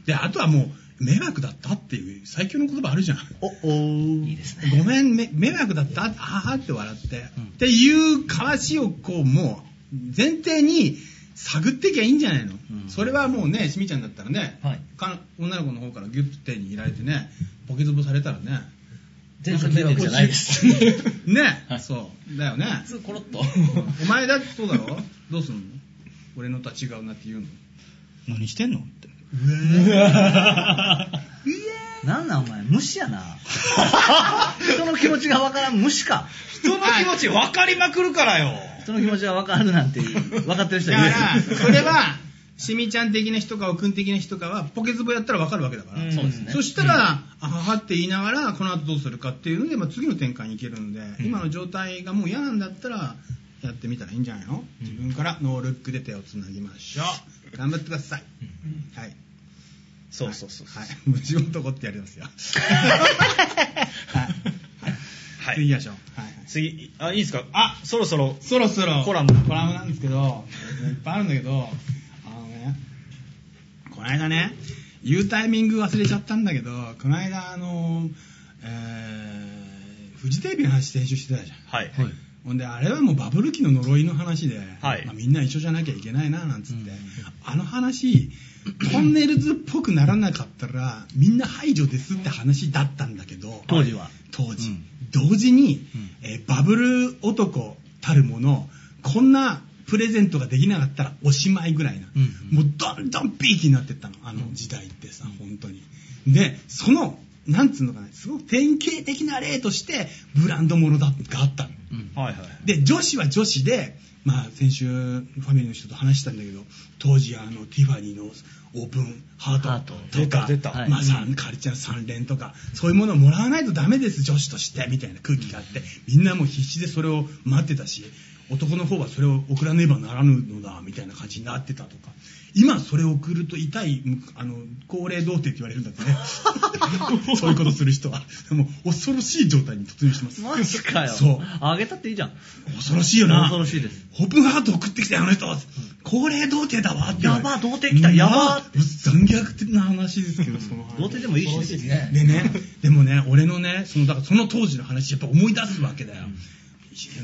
であとはもう迷惑だったっていう最強の言葉あるじゃん。 おおいいですね。 ごめん迷惑だったあはって笑って、うん、っていうかしをこうもう前提に探ってきゃいいんじゃないの、うん、それはもうねしみちゃんだったらね、はい、女の子の方からギュッと手に入れられてねポケズボされたらね全然迷惑じゃないですね、はい、そうだよね普通コロッとお前だってそうだろどうすんの俺のとは違うなって言うの何してんのってうわなんなんお前無視やな人の気持ちが分からん無視か人の気持ち分かりまくるからよ人の気持ちが分かるなんて分かってる人はいる。 だからそれはしみちゃん的な人かおくん的な人かはポケズボやったら分かるわけだから、うん、そうですね、そしたら、うん、あははって言いながらこの後どうするかっていうので、まあ、次の展開に行けるんで、うん、今の状態がもう嫌なんだったらやってみたらいいんじゃないの、うん、自分からノールックで手をつなぎましょう頑張ってください、うん、はいそうそうそうそう、 はい、無事男ってやりますよはいはい、次行きましょう、はいはい、 次あいいですか。あそろそろそろそろコラムコラムなんですけどいっぱいあるんだけどあのねこの間ね言うタイミング忘れちゃったんだけどこの間あの、えー、フジテレビの話編集してたじゃん。はい、はい、ほんであれはもうバブル期の呪いの話で、はいまあ、みんな一緒じゃなきゃいけないななんつって、うん、あの話トンネルズっぽくならなかったらみんな排除ですって話だったんだけど当時は当時、うん、同時に、うんえー、バブル男たるものこんなプレゼントができなかったらおしまいぐらいな、うんうん、もうどんどんピーキになってったのあの時代ってさ、うん、本当にでそのなんつうのかな、すごく典型的な例としてブランドものだがあったの、うんはいはい、で女子は女子で、まあ、先週ファミリーの人と話したんだけど、当時あのティファニーのオープンハートとか出た出た、まあ、サンカルチャー三連とかそういうものをもらわないとダメです女子としてみたいな空気があって、みんなもう必死でそれを待ってたし、男の方はそれを送らねばならぬのだみたいな感じになってたとか、今それを送ると痛いあの高齢童貞って言われるんだってねそういうことする人はもう恐ろしい状態に突入してます。 マジかよ。 そうあげたっていいじゃん。 恐ろしいよな。 恐ろしいです。 オープンハート送ってきたあの人、うん、高齢童貞だわって。 やば童貞来たやばって残虐的な話ですけどその童貞でもいいしですね。 でねでもね俺のねそのだからその当時の話やっぱ思い出すわけだよ、うん、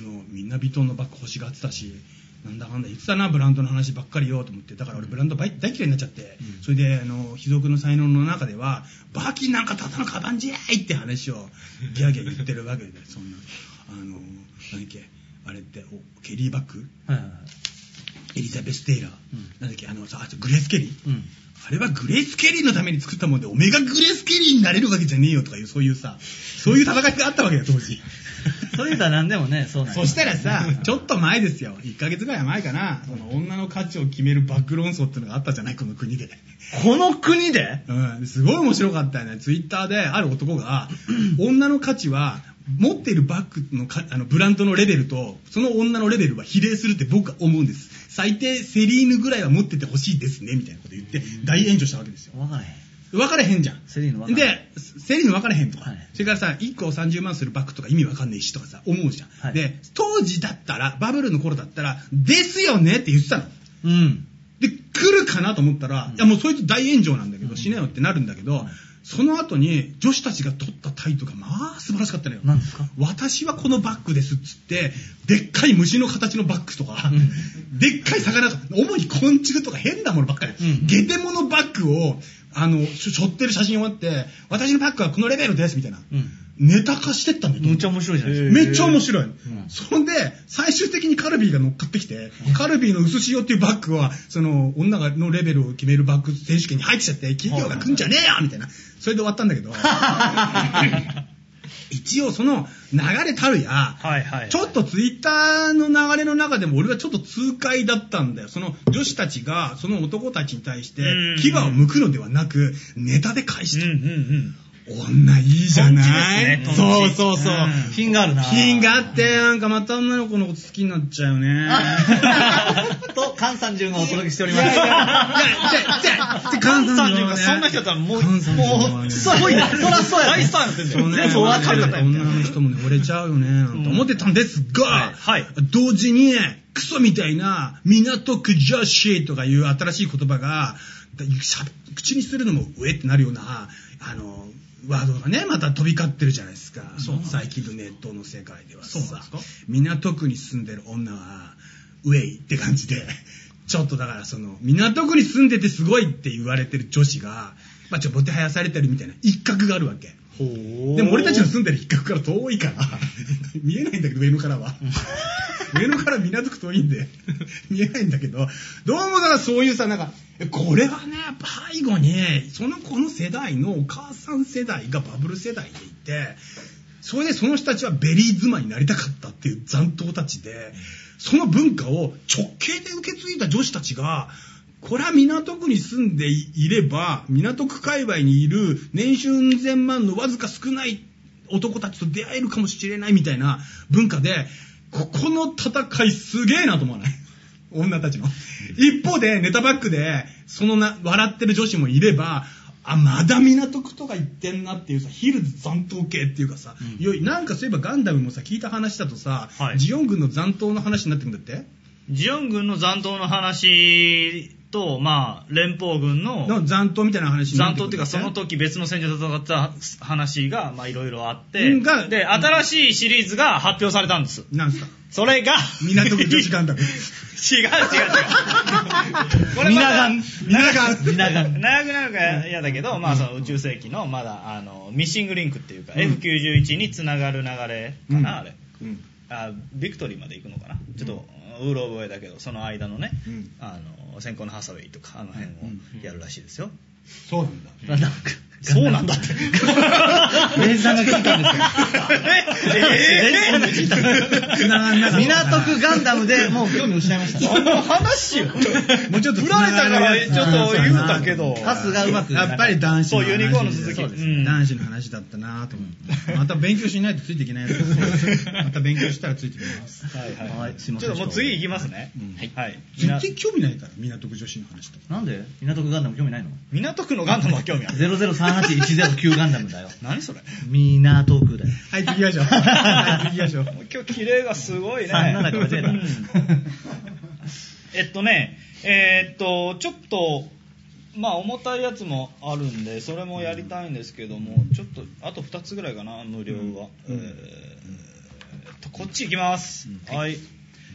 のみんなヴィトンのバッグ欲しがってたし、なんだかんだ言ってたなブランドの話ばっかりよと思って、だから俺ブランド大嫌いになっちゃって、うん、それであの貴族の才能の中ではバーキンなんかただのカバンじゃいって話をギャーギャー言ってるわけで、そんなあのなんだっけあれっておケリーバッグ、はいはいはい、エリザベス・テイラー、うん、なんだっけあのさあグレース・ケリー、うん、あれはグレース・ケリーのために作ったもんでオメガグレース・ケリーになれるわけじゃねえよとかいうそういうさそういう戦いがあったわけだ当時そういうのは何でもね、そうなんそしたらさ、ちょっと前ですよ、いっかげつぐらい前かな、その女の価値を決めるバック論争っていうのがあったじゃない、この国で。 この国で？ うん、すごい面白かったよね。ツイッターである男が、女の価値は、持っているバッグのかあのブランドのレベルと、その女のレベルは比例するって僕は思うんです。最低セリーヌぐらいは持っててほしいですね、みたいなこと言って、大炎上したわけですよ。 わからへん。 分かれへんじゃん。 セリーヌ分かれへん。 で、セリーヌ分かれへんとか、はい、それからさ、いっこさんじゅうまんするバッグとか意味分かんないしとかさ、思うじゃん。はい、で、当時だったら、バブルの頃だったら、ですよねって言ってたの。うん。で、来るかなと思ったら、うん、いやもうそいつ大炎上なんだけど、うん、死ねよってなるんだけど、うん、その後に女子たちが取った態度がまあ素晴らしかったのよ。 何ですか？ 私はこのバッグですっつって、でっかい虫の形のバッグとか、うん、でっかい魚とか、主に昆虫とか変なものばっかり。うん、ゲテモノバッグを、あの、しょってる写真を持って、私のバッグはこのレベルですみたいな。うん、ネタ化してったんだよ。 めっちゃ面白いじゃないですか。 めっちゃ面白い。うん、そんで、最終的にカルビーが乗っかってきて、カルビーの薄塩っていうバッグは、その、女がのレベルを決めるバッグ選手権に入ってきちゃって、企業が来んじゃねえよみたいな。それで終わったんだけど。一応その流れたるや、はいはいはい、ちょっとツイッターの流れの中でも俺はちょっと痛快だったんだよ。その女子たちがその男たちに対して牙を剥くのではなくネタで返した。うんうんうん女いいじゃない、ね、そうそうそう、うん、 品があるな。 品があってなんかまた女の子のこと好きになっちゃうよねと菅さんじゅうがお届けしております。いやいやいやじゃあ菅さんじゅうがそんな人だったらもうもうすごいな。そらそうや大スターやってんだよね。そう分かる方女の人もね惚れちゃうよねなんて思ってたんですが、はいはい、同時にクソみたいな港区女子とかいう新しい言葉が口にするのも上ってなるようなあのワードがねまた飛び交ってるじゃないですか。そう最近のネットの世界ではさ、港区に住んでる女はウェイって感じでちょっとだからその港区に住んでてすごいって言われてる女子が、まあ、ちょっとボテはやされてるみたいな一角があるわけ。ほでも俺たちの住んでる一角から遠いから見えないんだけど上野からは上野から港区遠いんで見えないんだけど、どうもだからそういうさなんかこれはね背後にその子の世代のお母さん世代がバブル世代でいて、それでその人たちはベリー妻になりたかったっていう残党たちで、その文化を直系で受け継いだ女子たちがこれは港区に住んでいれば港区界隈にいる年収うん千万のわずか少ない男たちと出会えるかもしれないみたいな文化で、ここの戦いすげえなと思わない？女たちの一方でネタバックでそのな笑ってる女子もいれば、あまだ港区とか行ってんなっていうさヒルズ残党系っていうかさ、うん、よいなんかそういえばガンダムもさ聞いた話だとさ、はい、ジオン軍の残党の話になってくるんだって。 ジオン軍の残党の話と、まあ、連邦軍のの残党みたいな話になってくるんだって。 残党っていうかその時別の戦場で戦った話がまあいろいろあって、がで新しいシリーズが発表されたんです。 なんですかそれが港区女子ガンダム違う違う違うこれまだミナガンミナガン長くなるから嫌だけど、まあその宇宙世紀のまだあのミッシングリンクっていうか、うん、エフきゅうじゅういち につながる流れかな、うん、あれ、うん、あビクトリーまで行くのかな、ちょっとうろ覚えだけどその間のね、うん、あの先行のハサウェイとかあの辺をやるらしいですよ。 そうなんだ。なんかそうなんだって。 レイジさんが聞いたんですよ。 えレイジさんが聞いたんですよ。港区ガンダムでもう興味失いました。 その話よ。もうちょっと振られたからちょっと言うたけど。 パスがうまく。 やっぱり男子の話。 そう、ユニコーンの鈴木。 男子の話だったなと思って。また勉強しないとついていけないやつ。また勉強したらついていきます。 はいはい。ちょっともう次行きますね。 はい。全然興味ないから、港区女子の話と。 なんで港区ガンダム興味ないの？ 港区のガンダムは興味ある。 ゼロゼロさんはちいちゼロきゅうガンダムだよ。 何それ？ 港区だよ。 はい、行きましょう。はい、行きましょう。 今日綺麗がすごいね。 さんななか間違えた。 えっとね、えー、っと、ちょっと、まあ重たいやつもあるんで、それもやりたいんですけども、ちょっと、あとふたつぐらいかな、無料は。うん、えー、っと、こっち行きます。うん、はい。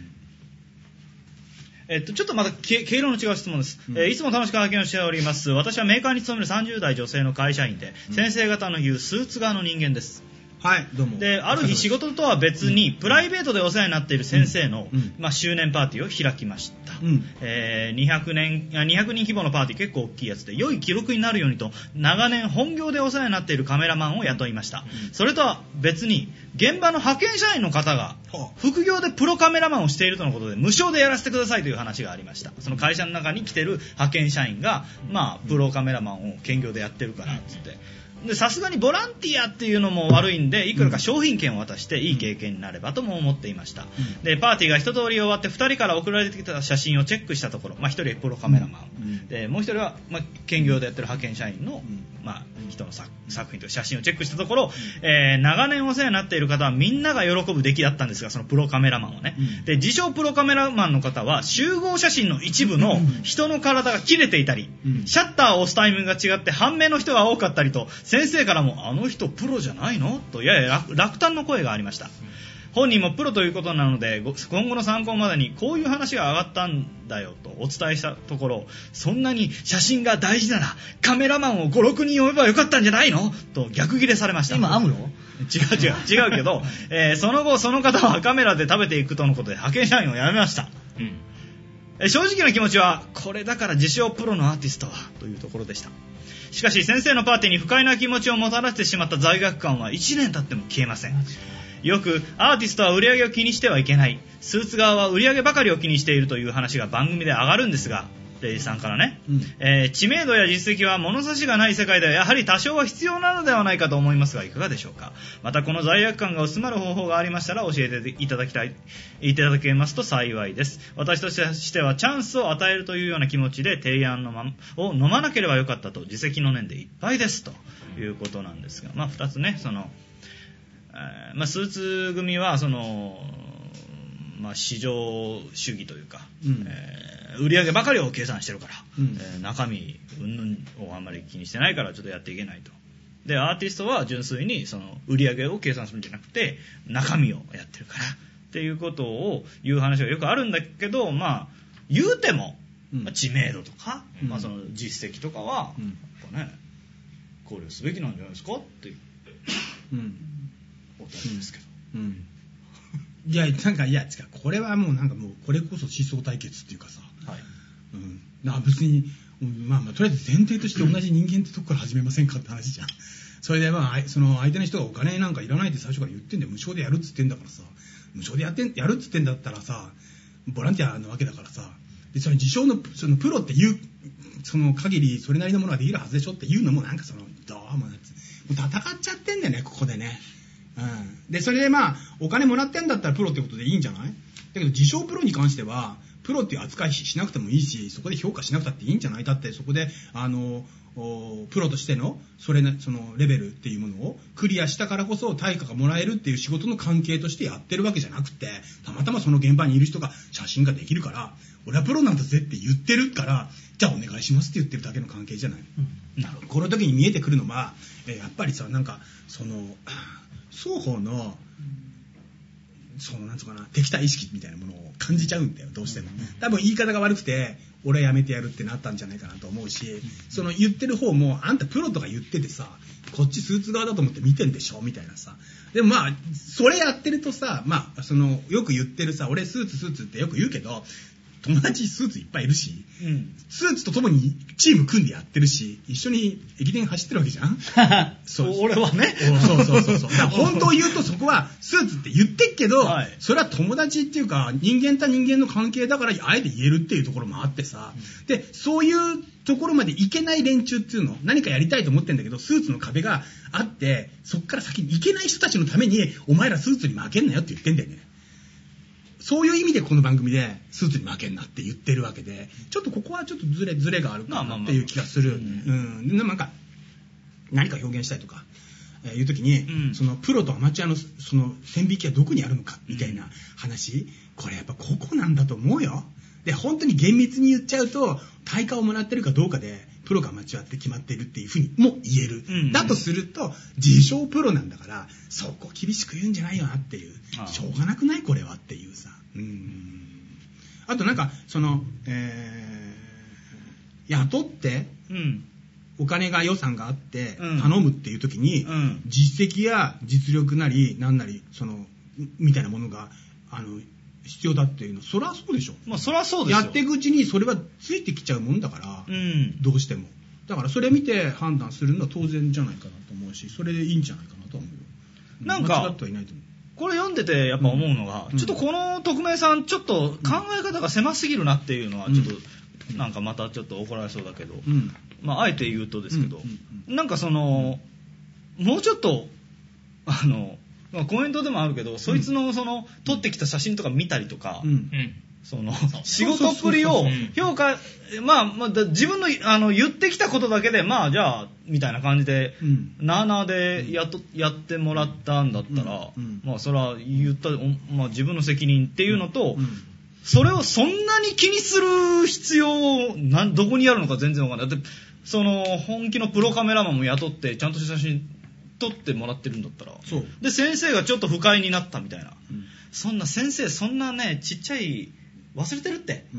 えっと、ちょっとまた経路の違う質問です、うんえー。いつも楽しく拝見をしております。私はメーカーに勤めるさんじゅう代女性の会社員で、うん、先生方の言うスーツ側の人間です。 はい、どうも。 で、ある日仕事とは別に、プライベートでお世話になっている先生の、うんまあ、周年パーティーを開きました。うんえー、にひゃくねん、にひゃくにん規模のパーティー、結構大きいやつで、良い記録になるようにと、長年本業でお世話になっているカメラマンを雇いました。うん、それとは別に、現場の派遣社員の方が、副業でプロカメラマンをしているとのことで、無償でやらせてくださいという話がありました。その会社の中に来てる派遣社員が、まあ、プロカメラマンを兼業でやってるから、つって。でさすがにボランティアっていうのも悪いんでいくらか商品券を渡していい経験になればとも思っていました、うん、でパーティーが一通り終わってふたりから送られてきた写真をチェックしたところ、まあ、ひとりはプロカメラマン、うん、でもうひとりは、まあ、兼業でやってる派遣社員の、うんまあ、人の作品と写真をチェックしたところ、うんえー、長年お世話になっている方はみんなが喜ぶ出来だったんですが、そのプロカメラマンはね、うん、で自称プロカメラマンの方は集合写真の一部の人の体が切れていたり、うん、シャッターを押すタイミングが違って半目の人が多かったりと、先生からもあの人プロじゃないのとやや落胆の声がありました。本人もプロということなので今後の参考までにこういう話が上がったんだよとお伝えしたところ、そんなに写真が大事ならカメラマンをごろくにん呼べばよかったんじゃないのと逆ギレされました。 今アムロ？ 違う違う違うけど、えー、その後その方はカメラで食べていくとのことで派遣社員を辞めました、うんえー、正直な気持ちはこれだから自称プロのアーティストはというところでした。しかし先生のパーティーに不快な気持ちをもたらしてしまった罪悪感はいちねん経っても消えません。よくアーティストは売り上げを気にしてはいけない、スーツ側は売り上げばかりを気にしているという話が番組で上がるんですが、レイジさんからね、うんえー、知名度や実績は物差しがない世界ではやはり多少は必要なのではないかと思いますがいかがでしょうか。またこの罪悪感が薄まる方法がありましたら教えていただきたいいただけますと幸いです。私としてはチャンスを与えるというような気持ちで提案の、ま、を飲まなければよかったと自責の念でいっぱいですということなんですが、まあふたつね、その、えーまあ、スーツ組はそのまあ、市場主義というか、うんえー、売り上げばかりを計算してるから、うんえー、中身云々をあんまり気にしてないからちょっとやっていけないと。でアーティストは純粋にその売り上げを計算するんじゃなくて中身をやってるからっていうことを言う話がよくあるんだけど、まあ言うても、うんまあ、知名度とか、うんまあ、その実績とかは、うん、やっぱね考慮すべきなんじゃないですかっていう、うん、お答えですけど、うんうんいや、なんか、いや、違う、これはもうなんかもう、これこそ思想対決っていうかさ、はい。うん。な別に、まあまあ、とりあえず前提として同じ人間ってとこから始めませんかって話じゃん。それでまあ、その相手の人がお金なんかいらないって最初から言ってんだよ。無償でやるっつってんだからさ、無償でやってん、やるっつってんだったらさ、ボランティアなわけだからさ、で、その自称の、そのプロっていう、その限りそれなりのものができるはずでしょっていうのもなんかその、どうもなつ、もう戦っちゃってんだよね、ここでね。うん、でそれでまあお金もらってんだったらプロってことでいいんじゃない？だけど自称プロに関してはプロっていう扱いしなくてもいいし、そこで評価しなくたっていいんじゃない？だってそこであのプロとしてのそれ、ね、そのレベルっていうものをクリアしたからこそ対価がもらえるっていう仕事の関係としてやってるわけじゃなくて、たまたまその現場にいる人が写真ができるから俺はプロなんだぜって言ってるから、じゃあお願いしますって言ってるだけの関係じゃない、うん、なるほど。この時に見えてくるのはやっぱりさ、なんかその双方のそのなんつうかな敵対意識みたいなものを感じちゃうんだよ、どうしても。多分言い方が悪くて俺はやめてやるってなったんじゃないかなと思うし、その言ってる方もあんたプロとか言っててさ、こっちスーツ側だと思って見てんでしょみたいなさ。でもまあそれやってるとさ、まあそのよく言ってるさ、俺スーツスーツってよく言うけど、 友達スーツいっぱいいるし、うん、スーツとともにチーム組んでやってるし、一緒に駅伝走ってるわけじゃんそう俺はねそうそうそうそうだから本当を言うとそこはスーツって言ってっけど、はい、それは友達っていうか人間と人間の関係だからあえて言えるっていうところもあってさ、うん、でそういうところまでいけない連中っていうの何かやりたいと思ってんだけどスーツの壁があってそっから先に行けない人たちのためにお前らスーツに負けんなよって言ってんだよね。そういう意味でこの番組でスーツに負けんなって言ってるわけでちょっとここはちょっとズレズレがあるかなっていう気がする。うんなんか何か表現したいとか、えー、いう時に、うん、そのプロとアマチュアのその線引きはどこにあるのかみたいな話、これやっぱここなんだと思うよ。で本当に厳密に言っちゃうと対価をもらってるかどうかでプロかアマチュアって決まってるっていうふうにも言える、うんうん、だとすると自称プロなんだからそこ厳しく言うんじゃないよなっていう、しょうがなくないこれはっていうさ。うんあとなんかその、えー、雇って、うん、お金が予算があって頼むっていう時に、うん、実績や実力なりなんなりそのみたいなものがあの必要だっていうのそりゃそうでしょ。 まあそりゃそうですよ。 やっていくうちにそれはついてきちゃうもんだから、うん、どうしてもだからそれ見て判断するのは当然じゃないかなと思うしそれでいいんじゃないかなと思うよ。 なんか間違ってはいないと思う。 これ読んでてやっぱ思うのが、うん、ちょっとこの匿名さんちょっと考え方が狭すぎるなっていうのはちょっと、うん、なんかまたちょっと怒られそうだけど、うん、まああえて言うとですけど、うんうんうん、なんかそのもうちょっとあの、まあ、コメントでもあるけど、うん、そいつのその撮ってきた写真とか見たりとか、うんうんその仕事っぷりを評価まあまあ自分のあの言ってきたことだけでまあじゃあみたいな感じで、うん、なあなあでやっとやってもらったんだったら、うんうん、まあそれは言ったまあ自分の責任っていうのと、うんうん、それをそんなに気にする必要なんどこにあるのか全然わかんない。だってその本気のプロカメラマンも雇ってちゃんとした写真撮ってもらってるんだったらそうで先生がちょっと不快になったみたいな、うん、そんな先生そんなねちっちゃい忘れてるって、うん、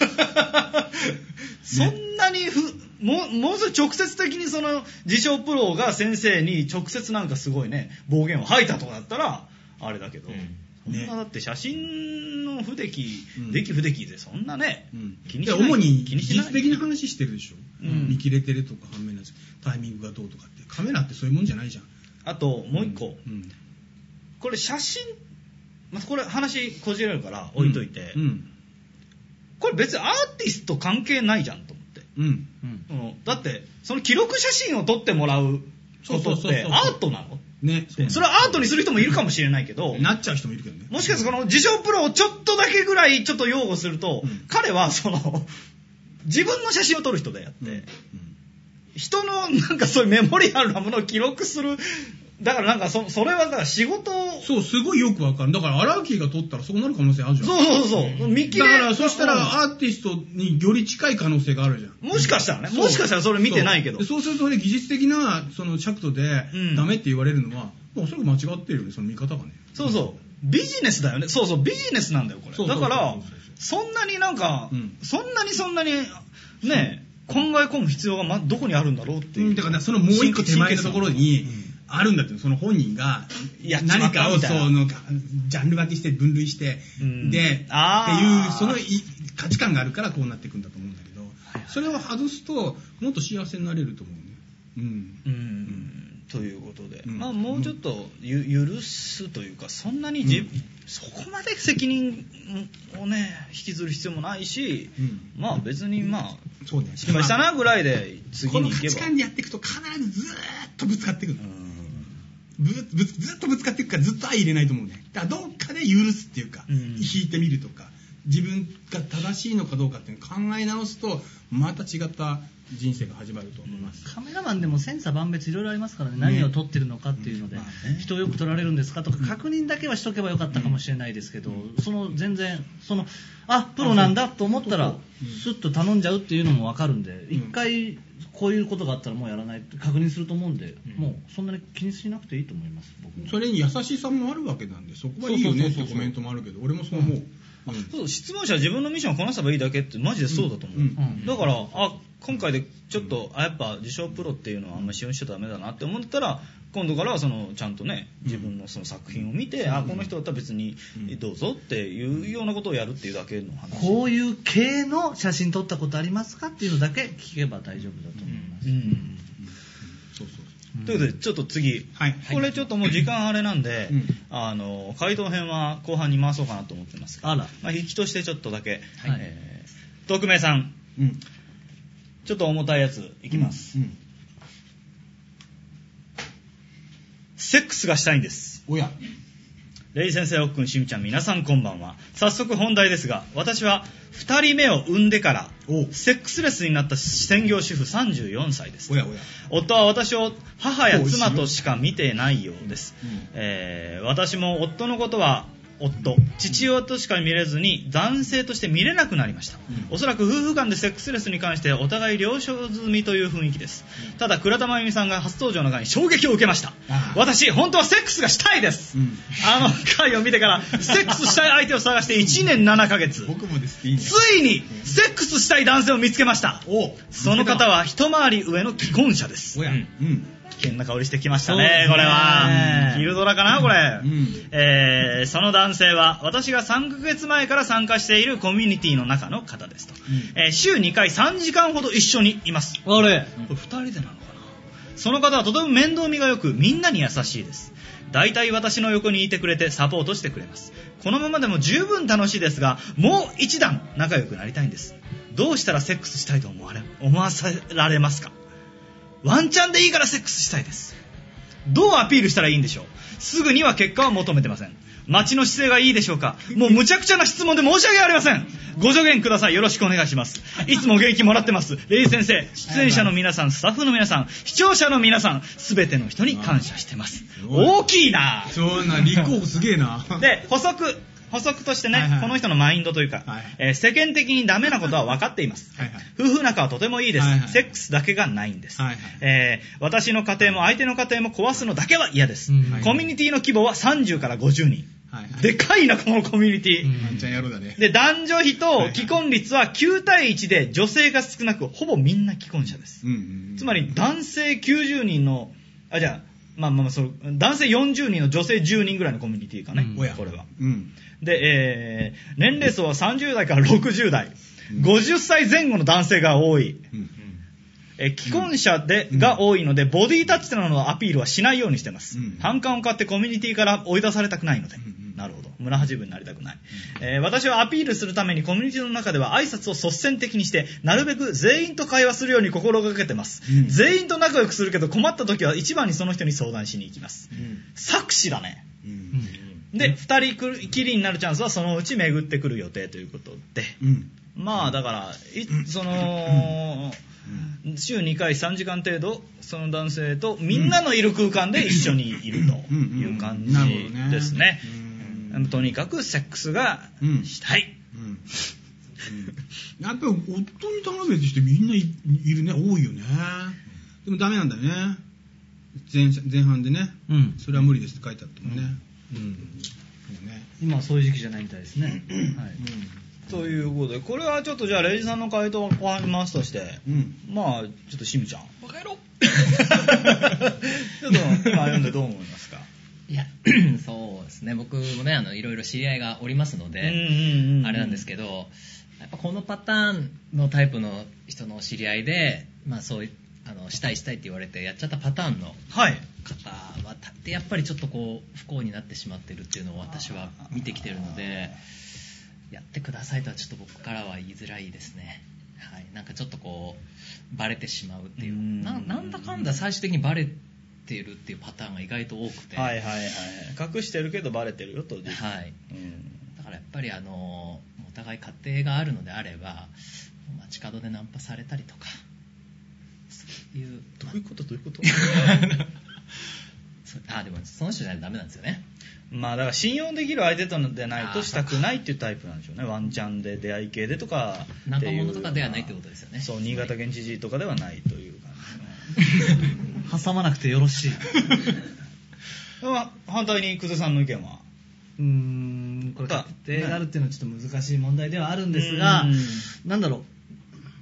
そんなにふももうすぐ直接的にその自称プロが先生に直接なんかすごいね暴言を吐いたとかだったらあれだけど、うんね、そんなだって写真の不出来、うん、出来不出来でそんなね、うん、気にしない。 主に技術的な話してるでしょ、うん、見切れてるとか反面なんですタイミングがどうとかってカメラってそういうもんじゃないじゃん。 あともう一個、うんうん、これ写真まあ、これ話こじれるから置いといて、うんうん、これ別にアーティスト関係ないじゃんと思って、うんうん、だってその記録写真を撮ってもらうことってアートなのね、そ, それはアートにする人もいるかもしれないけどなっちゃう人もいるけどね。 もしかしてこの自称プロをちょっとだけぐらいちょっと擁護すると、うん、彼はその自分の写真を撮る人であって、うんうん、人のなんかそういうメモリアルなものを記録するだからなんか そ, それはだから仕事そうすごいよくわかる。だから荒木が撮ったらそうなる可能性あるじゃん。 そうそうそう見切れだからそしたらアーティストにより近い可能性があるじゃん。 もしかしたらねもしかしたらそれ見てないけどそ, うそうすると技術的なその尺度でダメって言われるのは、うん、もうおそらく間違ってるよねその見方がね。 そうそうビジネスだよね。そうそうビジネスなんだよこれ。そうそうそうそうだからそんなになんか、うん、そんなにそんなにね考え込む必要が、ま、どこにあるんだろうっていう、うん、 だからそのもう一個手前のところにあるんだってその本人が何かをそのジャンル分けして分類して、うん、でっていうその価値観があるからこうなっていくんだと思うんだけど、それを外すともっと幸せになれると思うね。うん、うんうんということで、うん、まあもうちょっとゆ許すというかそんなにじ、うん、そこまで責任をね引きずる必要もないし、うん、まあ別にまあそうね失敗したなぐらいで次に行けばこの価値観でやっていくと必ずずーっとぶつかっていくの。ぶぶずっとぶつかっていくからずっと相入れないと思うね。だからどっかで許すっていうか、うん、引いてみるとか自分が正しいのかどうかっていうのを考え直すとまた違った人生が始まると思います。 カメラマンでも千差万別いろいろありますからね。何を撮ってるのかっていうので、ねうんまあね、人をよく撮られるんですかとか確認だけはしとけばよかったかもしれないですけど、うん、その全然そのあプロなんだと思ったらスッと頼んじゃうっていうのも分かるんで、一回こういうことがあったらもうやらないって確認すると思うんで、うん、もうそんなに気にしなくていいと思います。僕もそれに優しさもあるわけなんでそこはいいよねってコメントもあるけど俺もそう思う。 うん、そう質問者は自分のミッションをこなせばいいだけってマジでそうだと思う、うんうん、だからあ今回でちょっと、あ、やっぱ自称プロっていうのはあんまり使用しちゃダメだなって思ったら、今度からはそのちゃんとね、自分のその作品を見て、うん、あ、この人だったら別にどうぞっていうようなことをやるっていうだけの話。 こういう系の写真撮ったことありますかっていうのだけ聞けば大丈夫だと思います。うんうん、 そうそう。ということでちょっと次、はい、これちょっともう時間あれなんで、うん、あの回答編は後半に回そうかなと思ってますが、あら、まあ、引きとしてちょっとだけ、はい、えー、匿名さん、うん、ちょっと重たいやついきます、うんうん、セックスがしたいんです。 おや。 レイ先生、おっくん、しみちゃん、皆さんこんばんは。早速本題ですが、私はふたりめを産んでからセックスレスになった専業主婦さんじゅうよんさいです。 おやおや。 夫は私を母や妻としか見てないようです、うんうん、えー、私も夫のことは夫、父親としか見れずに男性として見れなくなりました、うん、おそらく夫婦間でセックスレスに関してお互い了承済みという雰囲気です、うん、ただ倉田真由美さんが初登場の回に衝撃を受けました。私本当はセックスがしたいです、うん、あの回を見てからセックスしたい相手を探していちねんななかげつ僕もですいいね、 ついにセックスしたい男性を見つけました。お、その方は一回り上の既婚者です。おや、うん、危険な香りしてきましたね、これは。昼ドラかな、これ、うん、えー、その男性は私がさんかげつまえから参加しているコミュニティの中の方ですと、うん、えー、週にかいさんじかんほど一緒にいます。 あれ、 これふたりでなのかな。その方はとても面倒見がよく、みんなに優しいです。だいたい私の横にいてくれてサポートしてくれます。このままでも十分楽しいですが、もう一段仲良くなりたいんです。どうしたらセックスしたいと思われ思わせられますか。ワンチャンでいいからセックスしたいです。どうアピールしたらいいんでしょう。すぐには結果は求めてません。待ちの姿勢がいいでしょうか。もう無茶苦茶な質問で申し訳ありません。ご助言ください。よろしくお願いします。いつも元気もらってます。レイ先生、出演者の皆さん、スタッフの皆さん、視聴者の皆さん、すべての人に感謝してます。大きいな。 そうな、立候補すげえな。 で、補足。補足としてね、はいはい、この人のマインドというか、はい、えー、世間的にダメなことは分かっています、はいはい、夫婦仲はとてもいいです、はいはい、セックスだけがないんです、はいはい、えー、私の家庭も相手の家庭も壊すのだけは嫌です、うん、はい、コミュニティの規模はさんじゅうからごじゅうにん、はいはい、でかいなこのコミュニティ、 うん、ちゃんやるだね。 で、男女比と既婚率はきゅうたいいちで女性が少なくほぼみんな既婚者です、うんうんうん、つまり男性きゅうじゅうにんのあじゃあまあまあその男性よんじゅうにんの女性じゅうにんぐらいのコミュニティかね、うん、これは、うん、で、えー、年齢層はさんじゅうだいからろくじゅうだい、うん、ごじゅっさいぜん後の男性が多い、うん、えー、既婚者で、うん、が多いのでボディタッチなどのアピールはしないようにしてます、うん、反感を買ってコミュニティから追い出されたくないので、うん、なるほど、村八分になりたくない、うん、えー、私はアピールするためにコミュニティの中では挨拶を率先的にしてなるべく全員と会話するように心がけてます、うん、全員と仲良くするけど困った時は一番にその人に相談しに行きます、うん、作詞だね、うん、で、ふたりきりになるチャンスはそのうち巡ってくる予定ということで、うん、まあだからいその、うん、週にかいさんじかん程度その男性とみんなのいる空間で一緒にいるという感じですね。とにかくセックスがしたい、うんうんうん、 やっぱり夫に頼めってしてみんないるね、多いよね。でもダメなんだよね、 前, 前半でね、うん、それは無理ですって書いてあったもんね、うんうんね、今はそういう時期じゃないみたいですね、はい、うん、 ということでこれはちょっとじゃあレイジさんの回答を後半に回すとして、うん、まあちょっとしみちゃんバカ野郎ちょっと今読んでどう思いますか。 いやそうですね、僕もねあのいろいろ知り合いがおりますので、うんうんうんうん、あれなんですけど、やっぱこのパターンのタイプの人の知り合いで、まあ、そういうあのしたいしたいって言われてやっちゃったパターンの方は、はい、ってやっぱりちょっとこう不幸になってしまってるっていうのを私は見てきてるので、やってくださいとはちょっと僕からは言いづらいですね、はい、なんかちょっとこうバレてしまうっていう、 な, なんだかんだ最終的にバレてるっていうパターンが意外と多くて、 はいはいはい、隠してるけどバレてるよと、はい、 うん、だからやっぱりあのお互い家庭があるのであれば街角でナンパされたりとかそういう、 どういうことどういうことあでもその人じゃないとダメなんですよね。 まあだから信用できる相手とでないとしたくないっていうタイプなんでしょうね。ワンチャンで出会い系でとかナンパ物とかではないってことですよね。 そう、新潟県知事とかではないという感じ、 ね、挟まなくてよろしい反対に久世さんの意見はうーんこれ家庭があるっていうのはちょっと難しい問題ではあるんですが、なんだろう、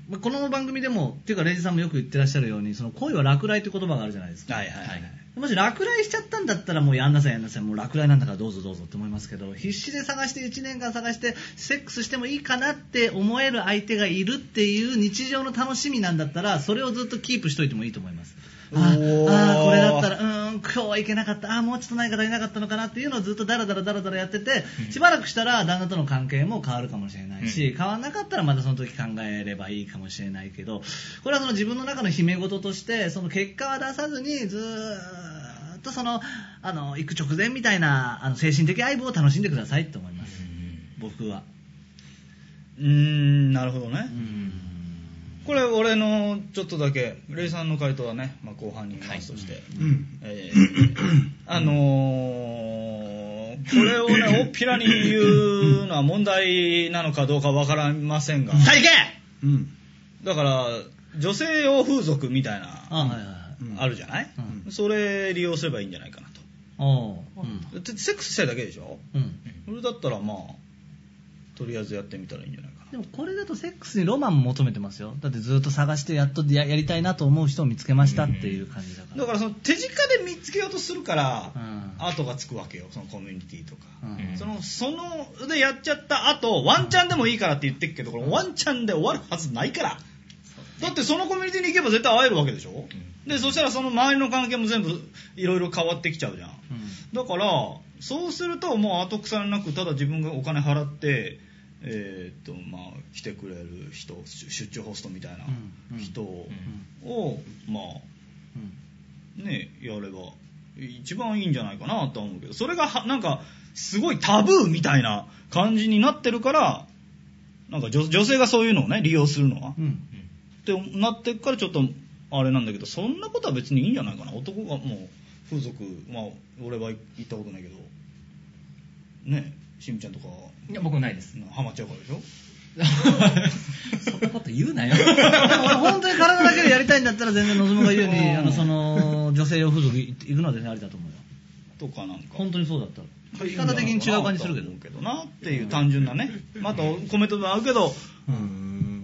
この番組でもっていうかレイジさんもよく言ってらっしゃるように、その恋は落雷という言葉があるじゃないですか。 はいはいはい。 もし落雷しちゃったんだったらもうやんなさいやんなさい、もう落雷なんだからどうぞどうぞって思いますけど、必死で探していちねんかん探してセックスしてもいいかなって思える相手がいるっていう日常の楽しみなんだったら、それをずっとキープしといてもいいと思います。ああ、これだったらうーん今日はいけなかった、あもうちょっとないからいなかったのかなっていうのをずっとダラダラダラダラやってて、しばらくしたら旦那との関係も変わるかもしれないし、変わらなかったらまたその時考えればいいかもしれないけど、これはその自分の中の秘め事として、その結果は出さずにずーっとそのあの行く直前みたいなあの精神的愛撫を楽しんでくださいと思います、僕は。 うーん、なるほどね。うん、これ俺のちょっとだけレイさんの回答はね、まあ、後半に回すとして、はい、えー、あのー、これをねおっぴらに言うのは問題なのかどうかわかりませんが、 最低、 うん、だから女性用風俗みたいなあ、はいはいはい、あるじゃない、うん、それ利用すればいいんじゃないかなと。あ、うん、セックスしたいだけでしょ、うん、それだったらまあとりあえずやってみたらいいんじゃないかな。 でもこれだとセックスにロマンも求めてますよ。だってずっと探してやっと や, やりたいなと思う人を見つけましたっていう感じだから、 だからその手近で見つけようとするから、うん、後がつくわけよ、そのコミュニティとか、うん、そのそのでやっちゃった後ワンチャンでもいいからって言ってるけど、これワンチャンで終わるはずないから、だってそのコミュニティに行けば絶対会えるわけでしょ、うん、でそしたらその周りの関係も全部いろいろ変わってきちゃうじゃん、うん、だからそうするともう後腐れなくただ自分がお金払ってえーっとまあ、来てくれる人、出張ホストみたいな人を、うんうん、まあ、うん、ねやれば一番いいんじゃないかなと思うけど、それがなんかすごいタブーみたいな感じになってるから、なんか 女, 女性がそういうのをね利用するのは、うん、ってなってるからちょっとあれなんだけど、そんなことは別にいいんじゃないかな。男がもう風俗、まあ俺は行ったことないけどね、しみちゃんとか。 いや僕ないです。 ハマっちゃうからでしょそんなこと言うなよ俺本当に体だけでやりたいんだったら全然望むが言うようにあのその女性用風俗行くのは全然ありだと思うよ。 とかなんか本当にそうだったら言い方的に違う感じするけどけどなっていう単純なね、またコメントもあるけど、うん、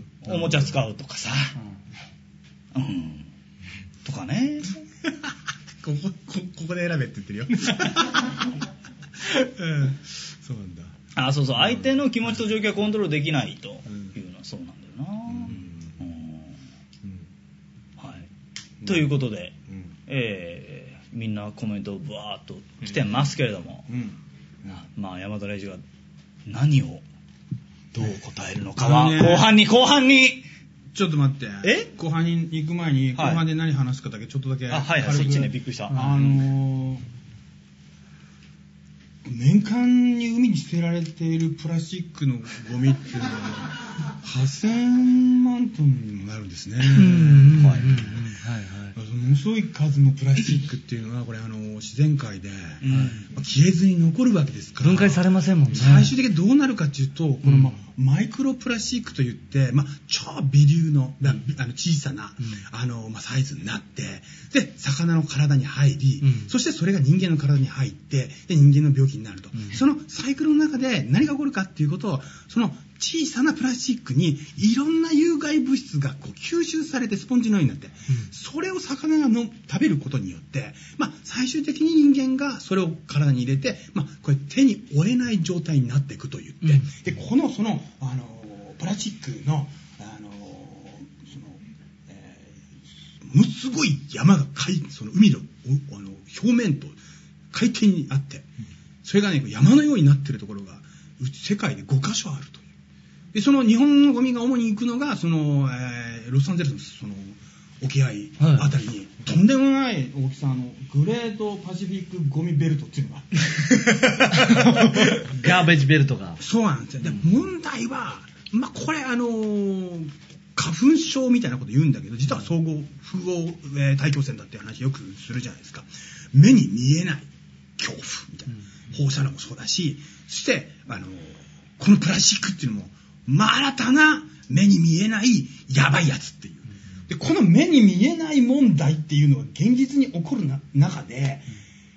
おもちゃ使うとかさ、うん、うん、とかねここ、ここで選べって言ってるよ、うん、そうなんだ。 あ、そうそう、相手の気持ちと状況をコントロールできないというのはそうなんだよな、うんうんうん、はい、ということで、うん、えー、みんなコメントをブワーッと来てますけれども、うんうん、まあ山田レイジが何をどう答えるのかは、ね、後半に後半にちょっと待って、 え後半に行く前に後半で何話すかだけちょっとだけ、 あ、はいはい、そっちね、びっくりした。 あのー年間に海に捨てられているプラスチックのゴミっていうのははっせんまんトンにもなるんですね。ものすごい数のプラスチックっていうのはこれあの自然界で、うん、消えずに残るわけですから、 分解されませんもんね。 最終的にどうなるかっていうと、この、ま、マイクロプラスチックといって、ま、超微粒の、あの小さな、うん、あのま、サイズになってで魚の体に入り、うん、そしてそれが人間の体に入ってで人間の病気になると、うん、そのサイクルの中で何が起こるかっていうことを、その小さなプラスチックにいろんな有害物質がこう吸収されてスポンジのようになって、うん、それを魚がの食べることによって、まあ、最終的に人間がそれを体に入れて、まあ、これ手に負えない状態になっていくと言って、うん、でこのその、あのプラスチックの、あのそのえー、ものすごい山がその海の、あの表面と海底にあって、それがね山のようになっているところが世界でごカ所あると。でその日本のゴミが主に行くのがその、えー、ロサンゼルスのその沖合あたりに、はい、とんでもない大きさのグレートパシフィックゴミベルトっていうのがガーベージベルトがそうなんですよ。で問題は、まあ、これあのー、花粉症みたいなこと言うんだけど、実は総合複合、えー、大気汚染だっていう話よくするじゃないですか。目に見えない恐怖みたいな、うん、放射能もそうだし、そしてあのー、このプラスチックっていうのも新たな目に見えないやばいやつっていう。で、この目に見えない問題っていうのが現実に起こるな中で、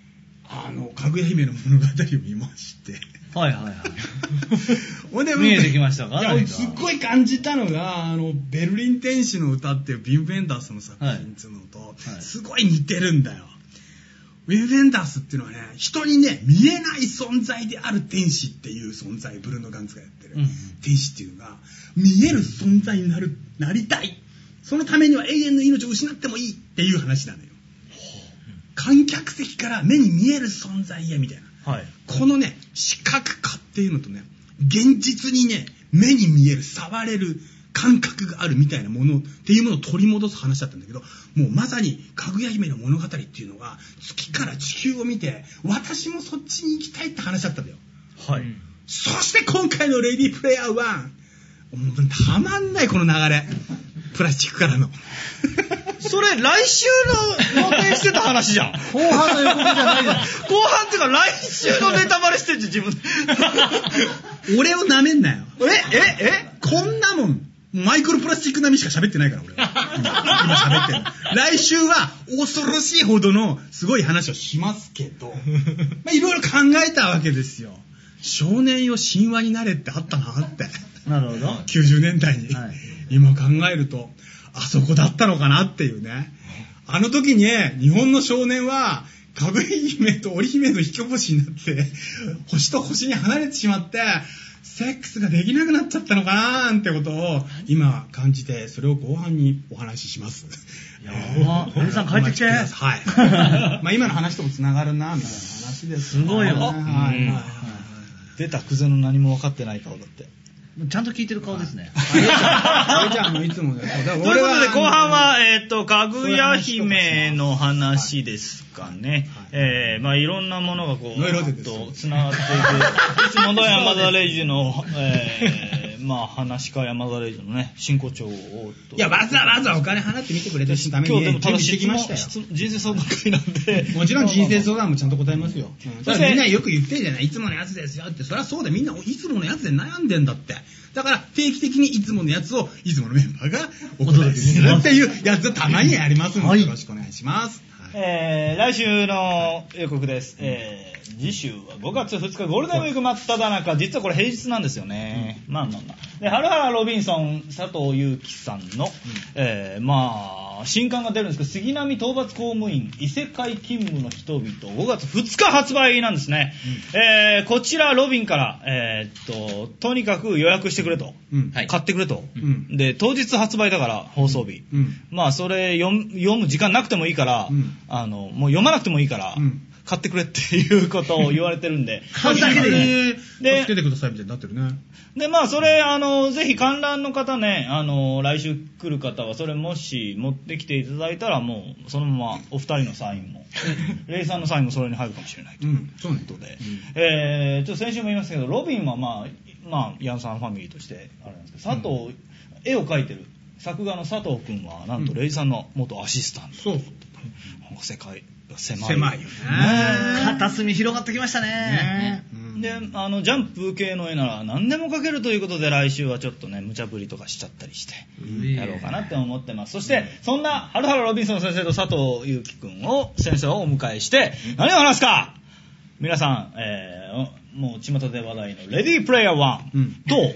あの、かぐや姫の物語を見まして。 はいはいはい。 ほんで、 見えてきましたか？ いや、すっごい感じたのが、あの、ベルリン天使の歌っていうビン・ベンダースの作品っていうのと、はい、すごい似てるんだよ。ウィル・ベンダースっていうのはね、人にね、見えない存在である天使っていう存在、ブルーノ・ガンツがやってる、うん、天使っていうのが、見える存在になる、なりたい。そのためには永遠の命を失ってもいいっていう話なのよ。観客席から目に見える存在へみたいな、はい、このね視覚化っていうのとね現実にね目に見える触れる感覚があるみたいなものっていうものを取り戻す話だったんだけど、もうまさにかぐや姫の物語っていうのが月から地球を見て私もそっちに行きたいって話だったんだよ。はい。そして今回のレディープレイヤーワン、たまんないこの流れ、プラスチックからのそれ来週の予定してた話じゃん。 後半の予告じゃないじゃん。後半っていうか来週のネタバレしてんじゃん自分で俺を舐めんなよ。 えええこんなもんマイクロプラスチック並みしか喋ってないから俺今喋ってる。来週は恐ろしいほどのすごい話をしますけど、まあいろいろ考えたわけですよ。少年よ神話になれってあったなって。 なるほど。 きゅうじゅうねんだいに、はい、今考えるとあそこだったのかなっていうね。あの時に日本の少年はかぐや姫と織姫の引き星になって星と星に離れてしまってセックスができなくなっちゃったのかなーってことを今感じて、それを後半にお話しします。 やばー、堀さん帰ってきて。はいまあ今の話ともつながるなみたいな話です。 すごいよ、 はいはいはい、 出たクゼの何も分かってない顔だって。 ちゃんと聞いてる顔ですね。 あれちゃんもいつもだよ。 ということで後半はえっとかぐや姫の話ですかね。えー、まあいろんなものがこうとつながっていく。いつもの山田レイジの、えー、まあ話家山田レイジのね真骨頂を。 いやわざわざお金払って見てくれたために準備してきましたよ。 人生相談会なんで。 もちろん人生相談もちゃんと答えますよ。うん、そしてみんなよく言ってるじゃない。いつものやつですよって。そりゃそうでみんないつものやつで悩んでんだって。だから定期的にいつものやつをいつものメンバーがお答えするっていうやつをたまにやりますのでよろしくお願いします。 はい、えー、来週の予告です。えー、次週はごがつふつかゴールデンウィーク真っ只中、実はこれ平日なんですよね。うん、まあまあまあ。で、ハルハラロビンソン佐藤悠基さんの、うん、えー、まあ新刊が出るんですけど、杉並討伐公務員異世界勤務の人々ごがつふつか発売なんですね。うん、えー、こちらロビンから、えー、っととにかく予約してくれと、うん、買ってくれと、うん、で当日発売だから放送日、うん、まあそれ読む、読む時間なくてもいいから、うん、あのもう読まなくてもいいから、うん、買ってくれっていうことを言われてるんで買うだけでいいで助けてくださいみたいになってるね。 でまあそれあのぜひ観覧の方ね、あの来週来る方はそれもし持ってきていただいたらもうそのままお二人のサインもレイさんのサインもそれに入るかもしれないということで、うん、えー、ちょっと先週も言いましたけどロビンはまあまあヤンさんファミリーとしてあれなんですけど、佐藤、うん、絵を描いてる作画の佐藤君はなんとレイさんの元アシスタント、うん、そうそう世界狭い狭いよね。 片隅広がってきましたね。ね、 うん、であのジャンプ系の絵なら何でも描けるということで来週はちょっとね無茶ぶりとかしちゃったりしてやろうかなって思ってます。そしてそんなハルハルロビンソン先生と佐藤悠基君を先生をお迎えして何を話すか、皆さん、えー、もう巷で話題のレディープレイヤーワンと、うんうん、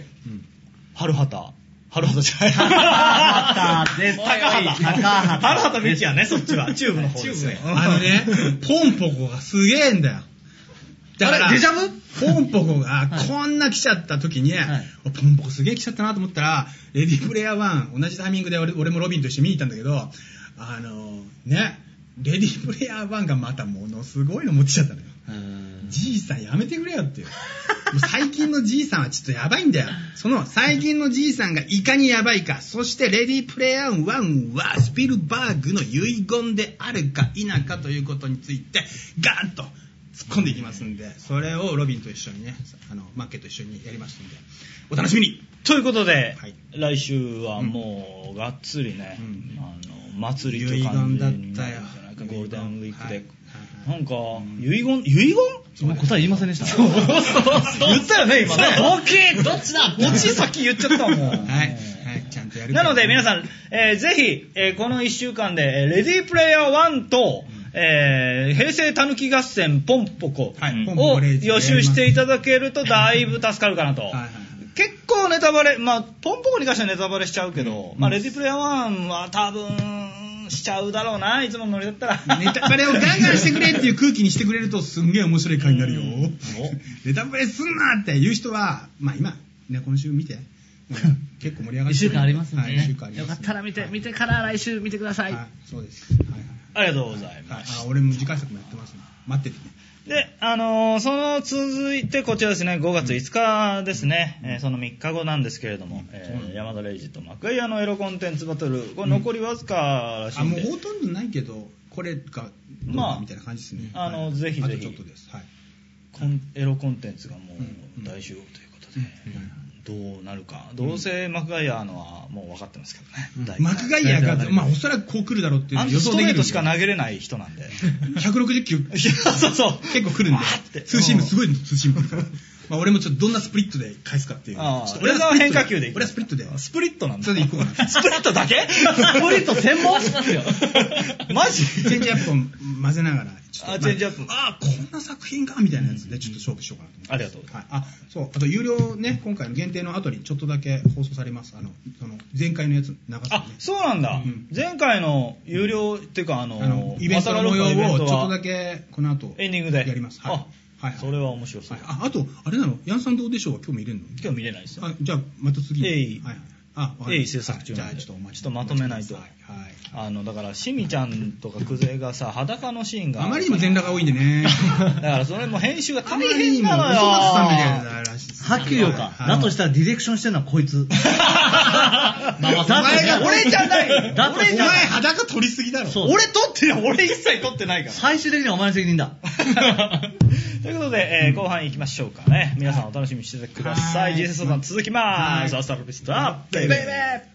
ハルハタ春畑じゃない。高畑です。高畑。高畑。春畑美希はね、そっちは。チューブの方ですね。 あのね、ポンポコがすげえんだよ。 だから、デジャブポンポコがこんな来ちゃった時に、はい、ポンポコすげえ来ちゃったなと思ったら、レディープレイヤーワン、同じタイミングで 俺, 俺もロビンと一緒に見に行ったんだけど、あの、ね、レディープレイヤーワンがまたものすごいの持ってきちゃったのよ。じいさんやめてくれよっていう。もう最近のじいさんはちょっとやばいんだよ。その最近のじいさんがいかにやばいか、そしてレディープレイヤーワンはスピルバーグの遺言であるか否かということについてガーンと突っ込んでいきますんで、それをロビンと一緒にね、あのマッケと一緒にやりますんでお楽しみにということで、はい、来週はもうがっつりね、うん、あの祭りという感じになるんじゃないか、ゴールデンウィークで、はい、なんか、遺言遺言今答え言いませんでした。 そうそうそう言ったよね今ね。 大きいどっちだオチ先言っちゃったもん。はい、はい、 ちゃんとやる。 なので皆さん、えー、ぜひ、えー、このいっしゅうかんでレディープレイヤーワンと、 えー、平成たぬき合戦ポンポコを予習していただけるとだいぶ助かるかなと。はいはい、結構ネタバレ、まあ、ポンポコに関してはネタバレしちゃうけど、うん、まあ、レディプレイヤーワンは多分しちゃうだろうな、いつものノリだったら。 ネタバレをガンガンしてくれっていう空気にしてくれるとすんげえ面白い回になるよ。ネタバレすんなっていう人は、まあ今、ね、今週見て。結構盛り上がってる。 いっしゅうかんありますんでね。 はい、いっしゅうかんあります。 よかったら見て、はい、見てから来週見てください。はい、 そうです。はいはい、 ありがとうございます。 はい、あ、俺も次回作もやってますね。待っててね。 で、あのー、その続いてこちらですね、ごがついつかですね、うん、えー、そのみっかごなんですけれども、うん、えー、山田レイジとマクガイアのエロコンテンツバトル、これ残りわずからしいんで、 うん、あ、もうほとんどないけど、これがまあみたいな感じですね。 あの、はい、ぜひぜひ、 あとちょっとです。はい。 コンエロコンテンツがもう大集合ということで、うんうんどうなるか。どうせマクガイアのはもう分かってますけどね。 うん、マクガイアが、まあおそらくこう来るだろうっていう予想できる。 ストレートしか投げれない人なんで。 ひゃくろくじゅっキロ。 そうそう。 結構来るんで。ツーシームすごいツーシーム来るから。まあ俺もちょっとどんなスプリットで返すかっていう。 ああ、俺は変化球でいく。 俺はスプリットで。 スプリットなんだ。 それでいこうかな。 スプリットだけスプリット専門しますよ。マジチェンジアップを混ぜながら。 あ、チェンジアップ。 ああ、こんな作品かみたいなやつでちょっと勝負しようかなと思って。 ありがとうございます。 はい。あ、そう。あと有料ね、今回の限定の後にちょっとだけ放送されます。あの、その、前回のやつ流すね。 あ、そうなんだ。うん、前回の有料っていうか、あの、あのイベントの模様をちょっとだけこの後。 エンディングで。 やります。はい。 はいはい、それは面白そう、 はい、あ, あとあれなのヤンさんどうでしょうは今日見れるの？ 今日見れないですよ。 あ、じゃあまた次。 えい、 はい、 あ、えい制作中なんで、はい、じゃあちょっとお待ち、ちょっとまとめないと。はいはい、あのだからしみちゃんとかクゼがさ裸のシーンがあまりにも全裸が多いんでね。 だからそれも編集が大変なのよ。 はっきり言うか。だとしたらディレクションしてるのはこいつ。 お前が俺じゃない。 だってお前裸撮りすぎだろ。 俺撮ってない。俺一切撮ってないから。 最終的にはお前の責任だ。 ということで、えー、後半行きましょうかね。皆さんお楽しみにしててください。人生相談続きます。アスタルビスターベイベー。